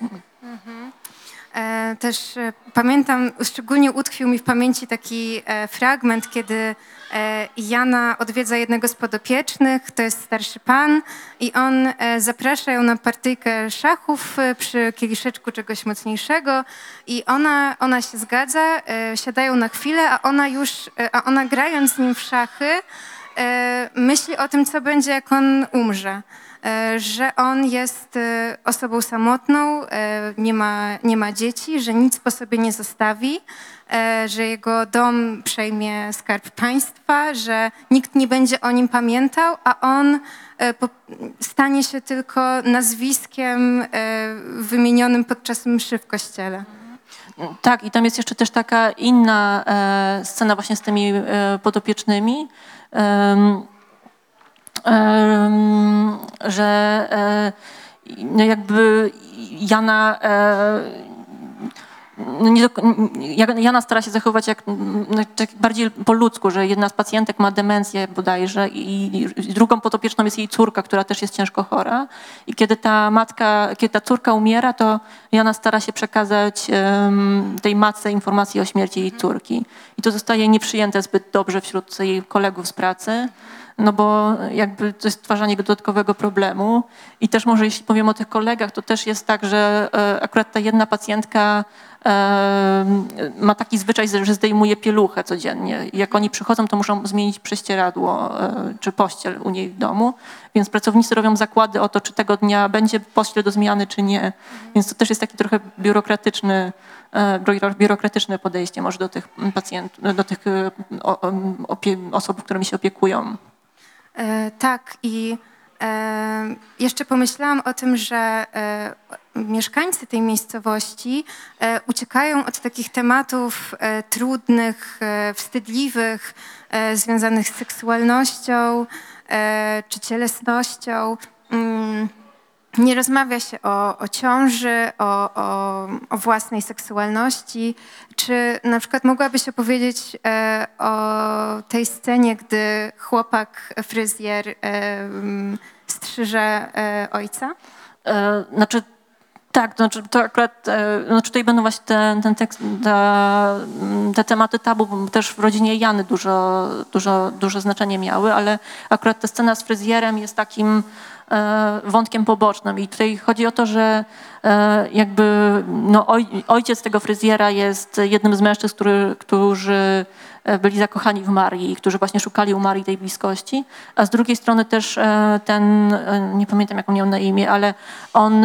E, Też e, pamiętam, szczególnie utkwił mi w pamięci taki e, fragment, kiedy e, Jana odwiedza jednego z podopiecznych, to jest starszy pan i on e, zaprasza ją na partyjkę szachów e, przy kieliszeczku czegoś mocniejszego i ona, ona się zgadza, e, siadają na chwilę, a ona już, e, a ona grając z nim w szachy e, myśli o tym, co będzie, jak on umrze. E, że on jest e, osobą samotną, e, nie ma, nie ma dzieci, że nic po sobie nie zostawi, e, że jego dom przejmie Skarb Państwa, że nikt nie będzie o nim pamiętał, a on e, po, stanie się tylko nazwiskiem e, wymienionym podczas mszy w kościele. Tak, i tam jest jeszcze też taka inna e, scena właśnie z tymi e, podopiecznymi, em, em, że e, no jakby Jana e, nie do, Jana stara się zachować jak, jak bardziej po ludzku, że jedna z pacjentek ma demencję bodajże i, i drugą podopieczną jest jej córka, która też jest ciężko chora. I kiedy ta matka, kiedy ta córka umiera, to Jana stara się przekazać um, tej matce informacje o śmierci jej córki. I to zostaje nieprzyjęte zbyt dobrze wśród jej kolegów z pracy. No bo jakby to jest stwarzanie dodatkowego problemu. I też może jeśli powiem o tych kolegach, to też jest tak, że e, akurat ta jedna pacjentka e, ma taki zwyczaj, że zdejmuje pieluchę codziennie. I jak oni przychodzą, to muszą zmienić prześcieradło e, czy pościel u niej w domu. Więc pracownicy robią zakłady o to, czy tego dnia będzie pościel do zmiany, czy nie. Więc to też jest taki trochę biurokratyczny biurokratyczne podejście może do tych pacjentów, do tych osób, którymi się opiekują. E, tak i e, jeszcze pomyślałam o tym, że e, mieszkańcy tej miejscowości e, uciekają od takich tematów e, trudnych, e, wstydliwych, e, związanych z seksualnością e, czy cielesnością. Mm. Nie rozmawia się o, o ciąży, o, o, o własnej seksualności. Czy na przykład mogłabyś opowiedzieć e, o tej scenie, gdy chłopak fryzjer e, strzyże e, ojca? E, znaczy tak, znaczy to akurat, e, znaczy tutaj będą właśnie te, ten tekst, te, te tematy tabu, bo też w rodzinie Jany dużo, dużo, duże znaczenie miały, ale akurat ta scena z fryzjerem jest takim wątkiem pobocznym i tutaj chodzi o to, że jakby no, oj, ojciec tego fryzjera jest jednym z mężczyzn, który, którzy byli zakochani w Marii, którzy właśnie szukali u Marii tej bliskości, a z drugiej strony też ten, nie pamiętam jak on miał na imię, ale on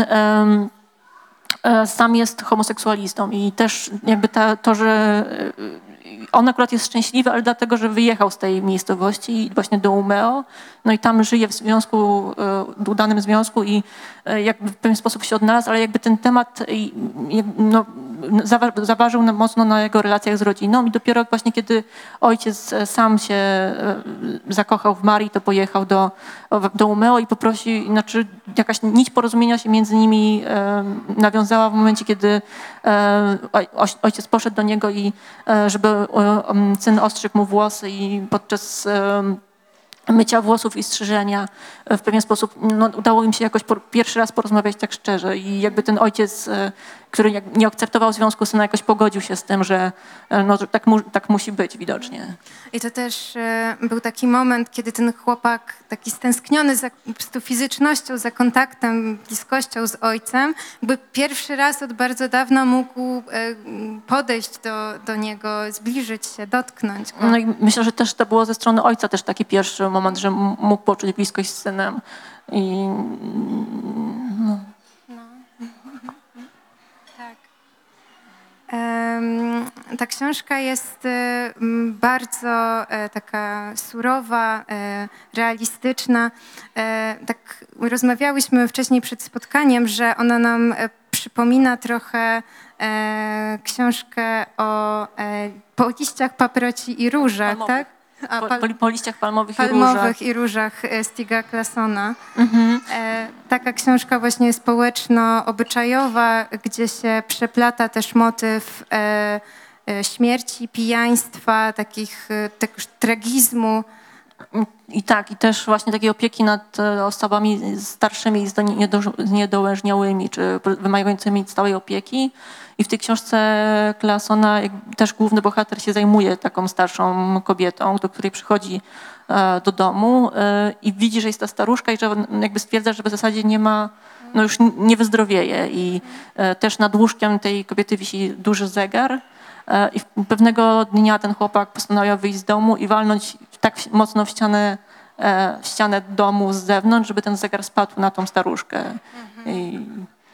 sam jest homoseksualistą i też jakby ta, to, że on akurat jest szczęśliwy, ale dlatego, że wyjechał z tej miejscowości właśnie do Umeå, no i tam żyje w związku, w udanym związku i jakby w pewien sposób się odnalazł, ale jakby ten temat no, zaważył mocno na jego relacjach z rodziną i dopiero właśnie kiedy ojciec sam się zakochał w Marii, to pojechał do, do Umeå i poprosił, znaczy jakaś nić porozumienia się między nimi nawiązała w momencie, kiedy ojciec poszedł do niego i żeby syn ostrzygł mu włosy i podczas mycia włosów i strzyżenia w pewien sposób no, udało im się jakoś po, pierwszy raz porozmawiać tak szczerze i jakby ten ojciec, który nie akceptował związku syna, jakoś pogodził się z tym, że no, tak, mu, tak musi być widocznie. I to też e, był taki moment, kiedy ten chłopak taki stęskniony za, po prostu fizycznością, za kontaktem, bliskością z ojcem, jakby pierwszy raz od bardzo dawna mógł e, podejść do, do niego, zbliżyć się, dotknąć go. No i myślę, że też to było ze strony ojca też taki pierwszy moment, że mógł poczuć bliskość z synem. I, no. No. Tak. Um, ta książka jest um, bardzo e, taka surowa, e, realistyczna. E, tak rozmawiałyśmy wcześniej przed spotkaniem, że ona nam e, przypomina trochę e, książkę o e, po liściach paproci i różach, Palmowych. tak? A, po, pal po, po liściach palmowych, palmowych i różach. i różach Stiga Classona. Mhm. E, taka książka właśnie społeczno-obyczajowa, gdzie się przeplata też motyw e, e, śmierci, pijaństwa, takich e, tegoż tragizmu. I tak, i też właśnie takiej opieki nad osobami starszymi, zniedołężniałymi, czy wymagającymi stałej opieki. I w tej książce Classona też główny bohater się zajmuje taką starszą kobietą, do której przychodzi do domu i widzi, że jest ta staruszka i że jakby stwierdza, że w zasadzie nie ma, no już nie wyzdrowieje. I też nad łóżkiem tej kobiety wisi duży zegar. I pewnego dnia ten chłopak postanawia wyjść z domu i walnąć tak mocno w ścianę, w ścianę domu z zewnątrz, żeby ten zegar spadł na tą staruszkę. Mhm. I...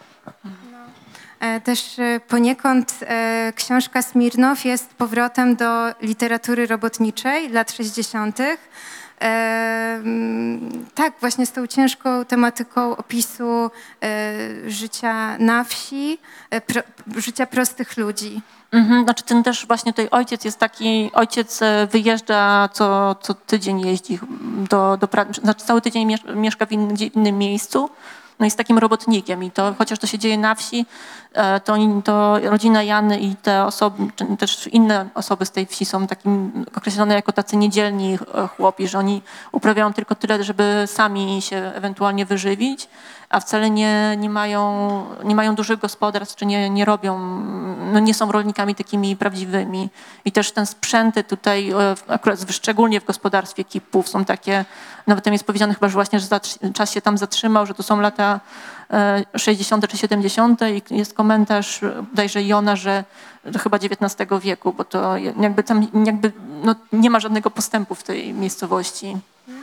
Też poniekąd książka Smirnow jest powrotem do literatury robotniczej lat sześćdziesiątych. Tak, właśnie z tą ciężką tematyką opisu życia na wsi, pro, życia prostych ludzi. Mhm, znaczy ten też właśnie tutaj ojciec jest taki, ojciec wyjeżdża co, co tydzień jeździ do, do pracy, znaczy cały tydzień mieszka w innym, innym miejscu. No jest takim robotnikiem i to, chociaż to się dzieje na wsi, e, to, oni- to rodzina Jany i te osoby, czy też inne osoby z tej wsi są takim określone jako tacy niedzielni e, chłopi, że oni uprawiają tylko tyle, żeby sami się ewentualnie wyżywić, a wcale nie, nie, mają, nie mają dużych gospodarstw, czy nie, nie robią, no nie są rolnikami takimi prawdziwymi. I też ten sprzęty tutaj, e, akurat szczególnie w gospodarstwie Kipów są takie, nawet tam jest powiedziane chyba, że właśnie, że zatr- czas się tam zatrzymał, że to są lata e, sześćdziesiąte czy siedemdziesiąte i jest komentarz e, bodajże Jona, że to chyba dziewiętnastego wieku, bo to jakby tam jakby, no, nie ma żadnego postępu w tej miejscowości.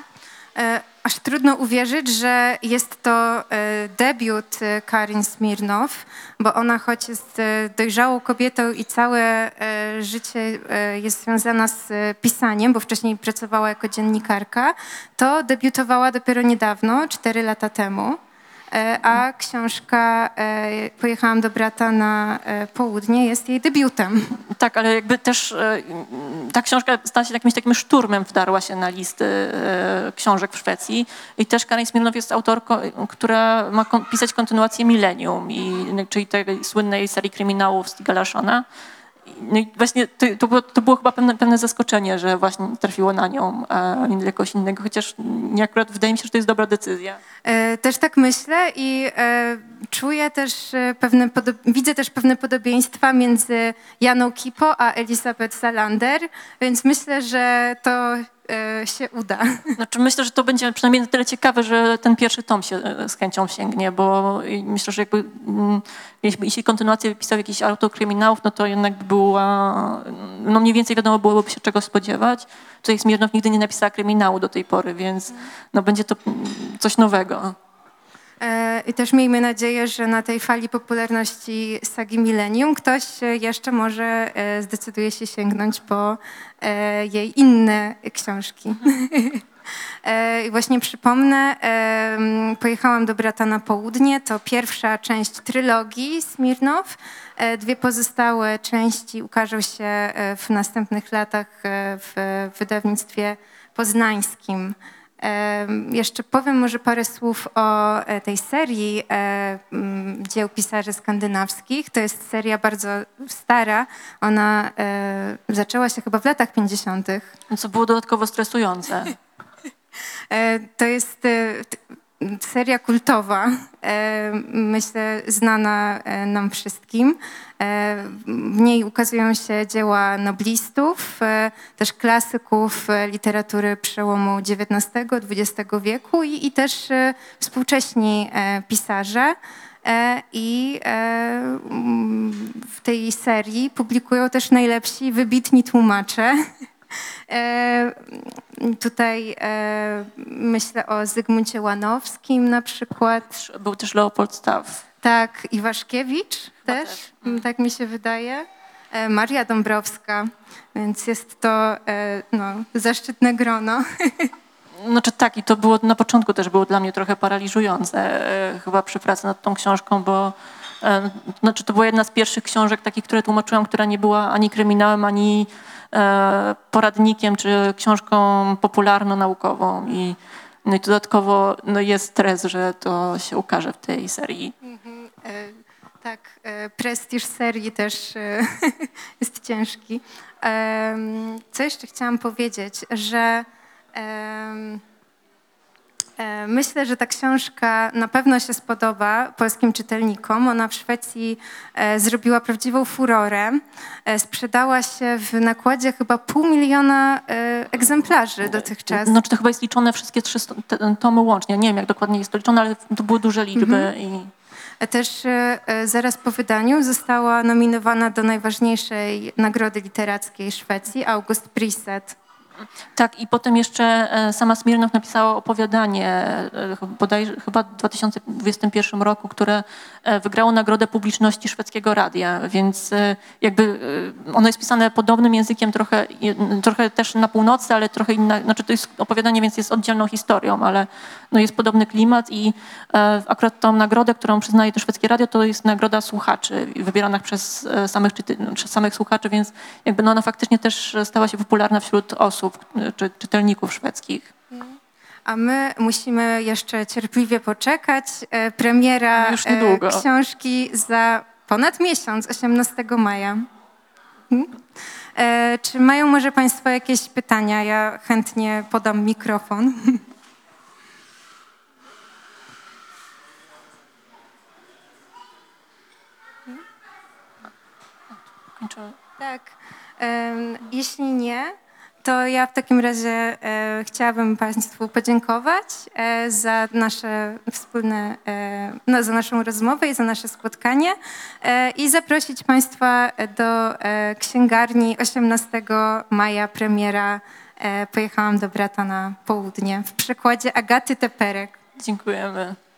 E, Aż trudno uwierzyć, że jest to e, debiut e, Karin Smirnow, bo ona choć jest e, dojrzałą kobietą i całe e, życie e, jest związana z e, pisaniem, bo wcześniej pracowała jako dziennikarka, to debiutowała dopiero niedawno, cztery lata temu. E, A książka e, Pojechałam do brata na e, południe jest jej debiutem. Tak, ale jakby też e, ta książka stała się jakimś takim szturmem, wdarła się na listy e, książek w Szwecji. I też Karin Smirnow jest autorką, która ma kon- pisać kontynuację Millennium, i, czyli tej słynnej serii kryminałów z Galashona. No i właśnie to, to, było, to było chyba pewne, pewne zaskoczenie, że właśnie trafiło na nią, a nie na kogoś innego, chociaż nie akurat wydaje mi się, że to jest dobra decyzja. E, Też tak myślę i e, czuję też e, pewne, podob- widzę też pewne podobieństwa między Janą Kipo a Elisabeth Salander, więc myślę, że to e, się uda. Znaczy myślę, że to będzie przynajmniej na tyle ciekawe, że ten pierwszy tom się e, z chęcią sięgnie, bo myślę, że jakby mm, jeśli, jeśli kontynuację pisał jakiś autor kryminałów, no to jednak by była, no mniej więcej wiadomo byłoby się czego spodziewać. Tutaj Smirnow nigdy nie napisała kryminału do tej pory, więc no będzie to mm, coś nowego. E, I też miejmy nadzieję, że na tej fali popularności sagi Millennium ktoś e, jeszcze może e, zdecyduje się sięgnąć po e, jej inne książki. E, I właśnie przypomnę, e, m, Pojechałam do brata na południe, to pierwsza część trylogii Smirnow. E, Dwie pozostałe części ukażą się e, w następnych latach e, w wydawnictwie poznańskim. E, Jeszcze powiem może parę słów o e, tej serii e, m, dzieł pisarzy skandynawskich. To jest seria bardzo stara. Ona e, zaczęła się chyba w latach pięćdziesiątych. Co było dodatkowo stresujące. E, To jest e, t- seria kultowa, e, myślę znana e, nam wszystkim. E, W niej ukazują się dzieła noblistów, e, też klasyków e, literatury przełomu dziewiętnastego dwudziestego wieku i, i też e, współcześni e, pisarze. E, I e, mm, w tej serii publikują też najlepsi, wybitni tłumacze. E, Tutaj e, myślę o Zygmuncie Łanowskim na przykład. Był też Leopold Staff. Tak, Iwaszkiewicz też, też. m, tak mi się wydaje. E, Maria Dąbrowska, więc jest to e, no, zaszczytne grono. Znaczy tak, i to było na początku też było dla mnie trochę paraliżujące e, chyba przy pracy nad tą książką, bo e, znaczy to była jedna z pierwszych książek takich, które tłumaczyłam, która nie była ani kryminałem, ani e, poradnikiem, czy książką popularno-naukową. I, no i dodatkowo no jest stres, że to się ukaże w tej serii. E, Tak, e, prestiż serii też e, jest ciężki. Em, Co jeszcze chciałam powiedzieć, że em, e, myślę, że ta książka na pewno się spodoba polskim czytelnikom. Ona w Szwecji e, zrobiła prawdziwą furorę. E, Sprzedała się w nakładzie chyba pół miliona e, egzemplarzy dotychczas. No czy to chyba jest liczone wszystkie trzy sto- te- tomy łącznie. Nie wiem, jak dokładnie jest to liczone, ale to były duże liczby. I Też e, zaraz po wydaniu została nominowana do najważniejszej nagrody literackiej Szwecji, August Priset. tak, i potem jeszcze e, sama Smirnow napisała opowiadanie, e, bodajże chyba w dwa tysiące dwudziestym pierwszym roku, które e, wygrało Nagrodę Publiczności Szwedzkiego Radia, więc e, jakby e, ono jest pisane podobnym językiem, trochę, je- trochę też na północy, ale trochę inna, znaczy to jest opowiadanie, więc jest oddzielną historią, ale no jest podobny klimat i e, akurat tą nagrodę, którą przyznaje to Szwedzkie Radio, to jest nagroda słuchaczy, wybierana przez e, samych, czyty, przez samych słuchaczy, więc jakby no ona faktycznie też stała się popularna wśród osób, czy czytelników szwedzkich. A my musimy jeszcze cierpliwie poczekać. E, Premiera Już niedługo. e, książki za ponad miesiąc, osiemnastego maja. Hmm? E, czy mają może Państwo jakieś pytania? Ja chętnie podam mikrofon. Kończymy. Tak. Em, Jeśli nie, to ja w takim razie e, chciałabym Państwu podziękować e, za nasze wspólne, e, no, za naszą rozmowę i za nasze spotkanie e, i zaprosić Państwa do e, księgarni osiemnastego maja premiera e, Pojechałam do brata na południe w przekładzie Agaty Teperek. Dziękujemy.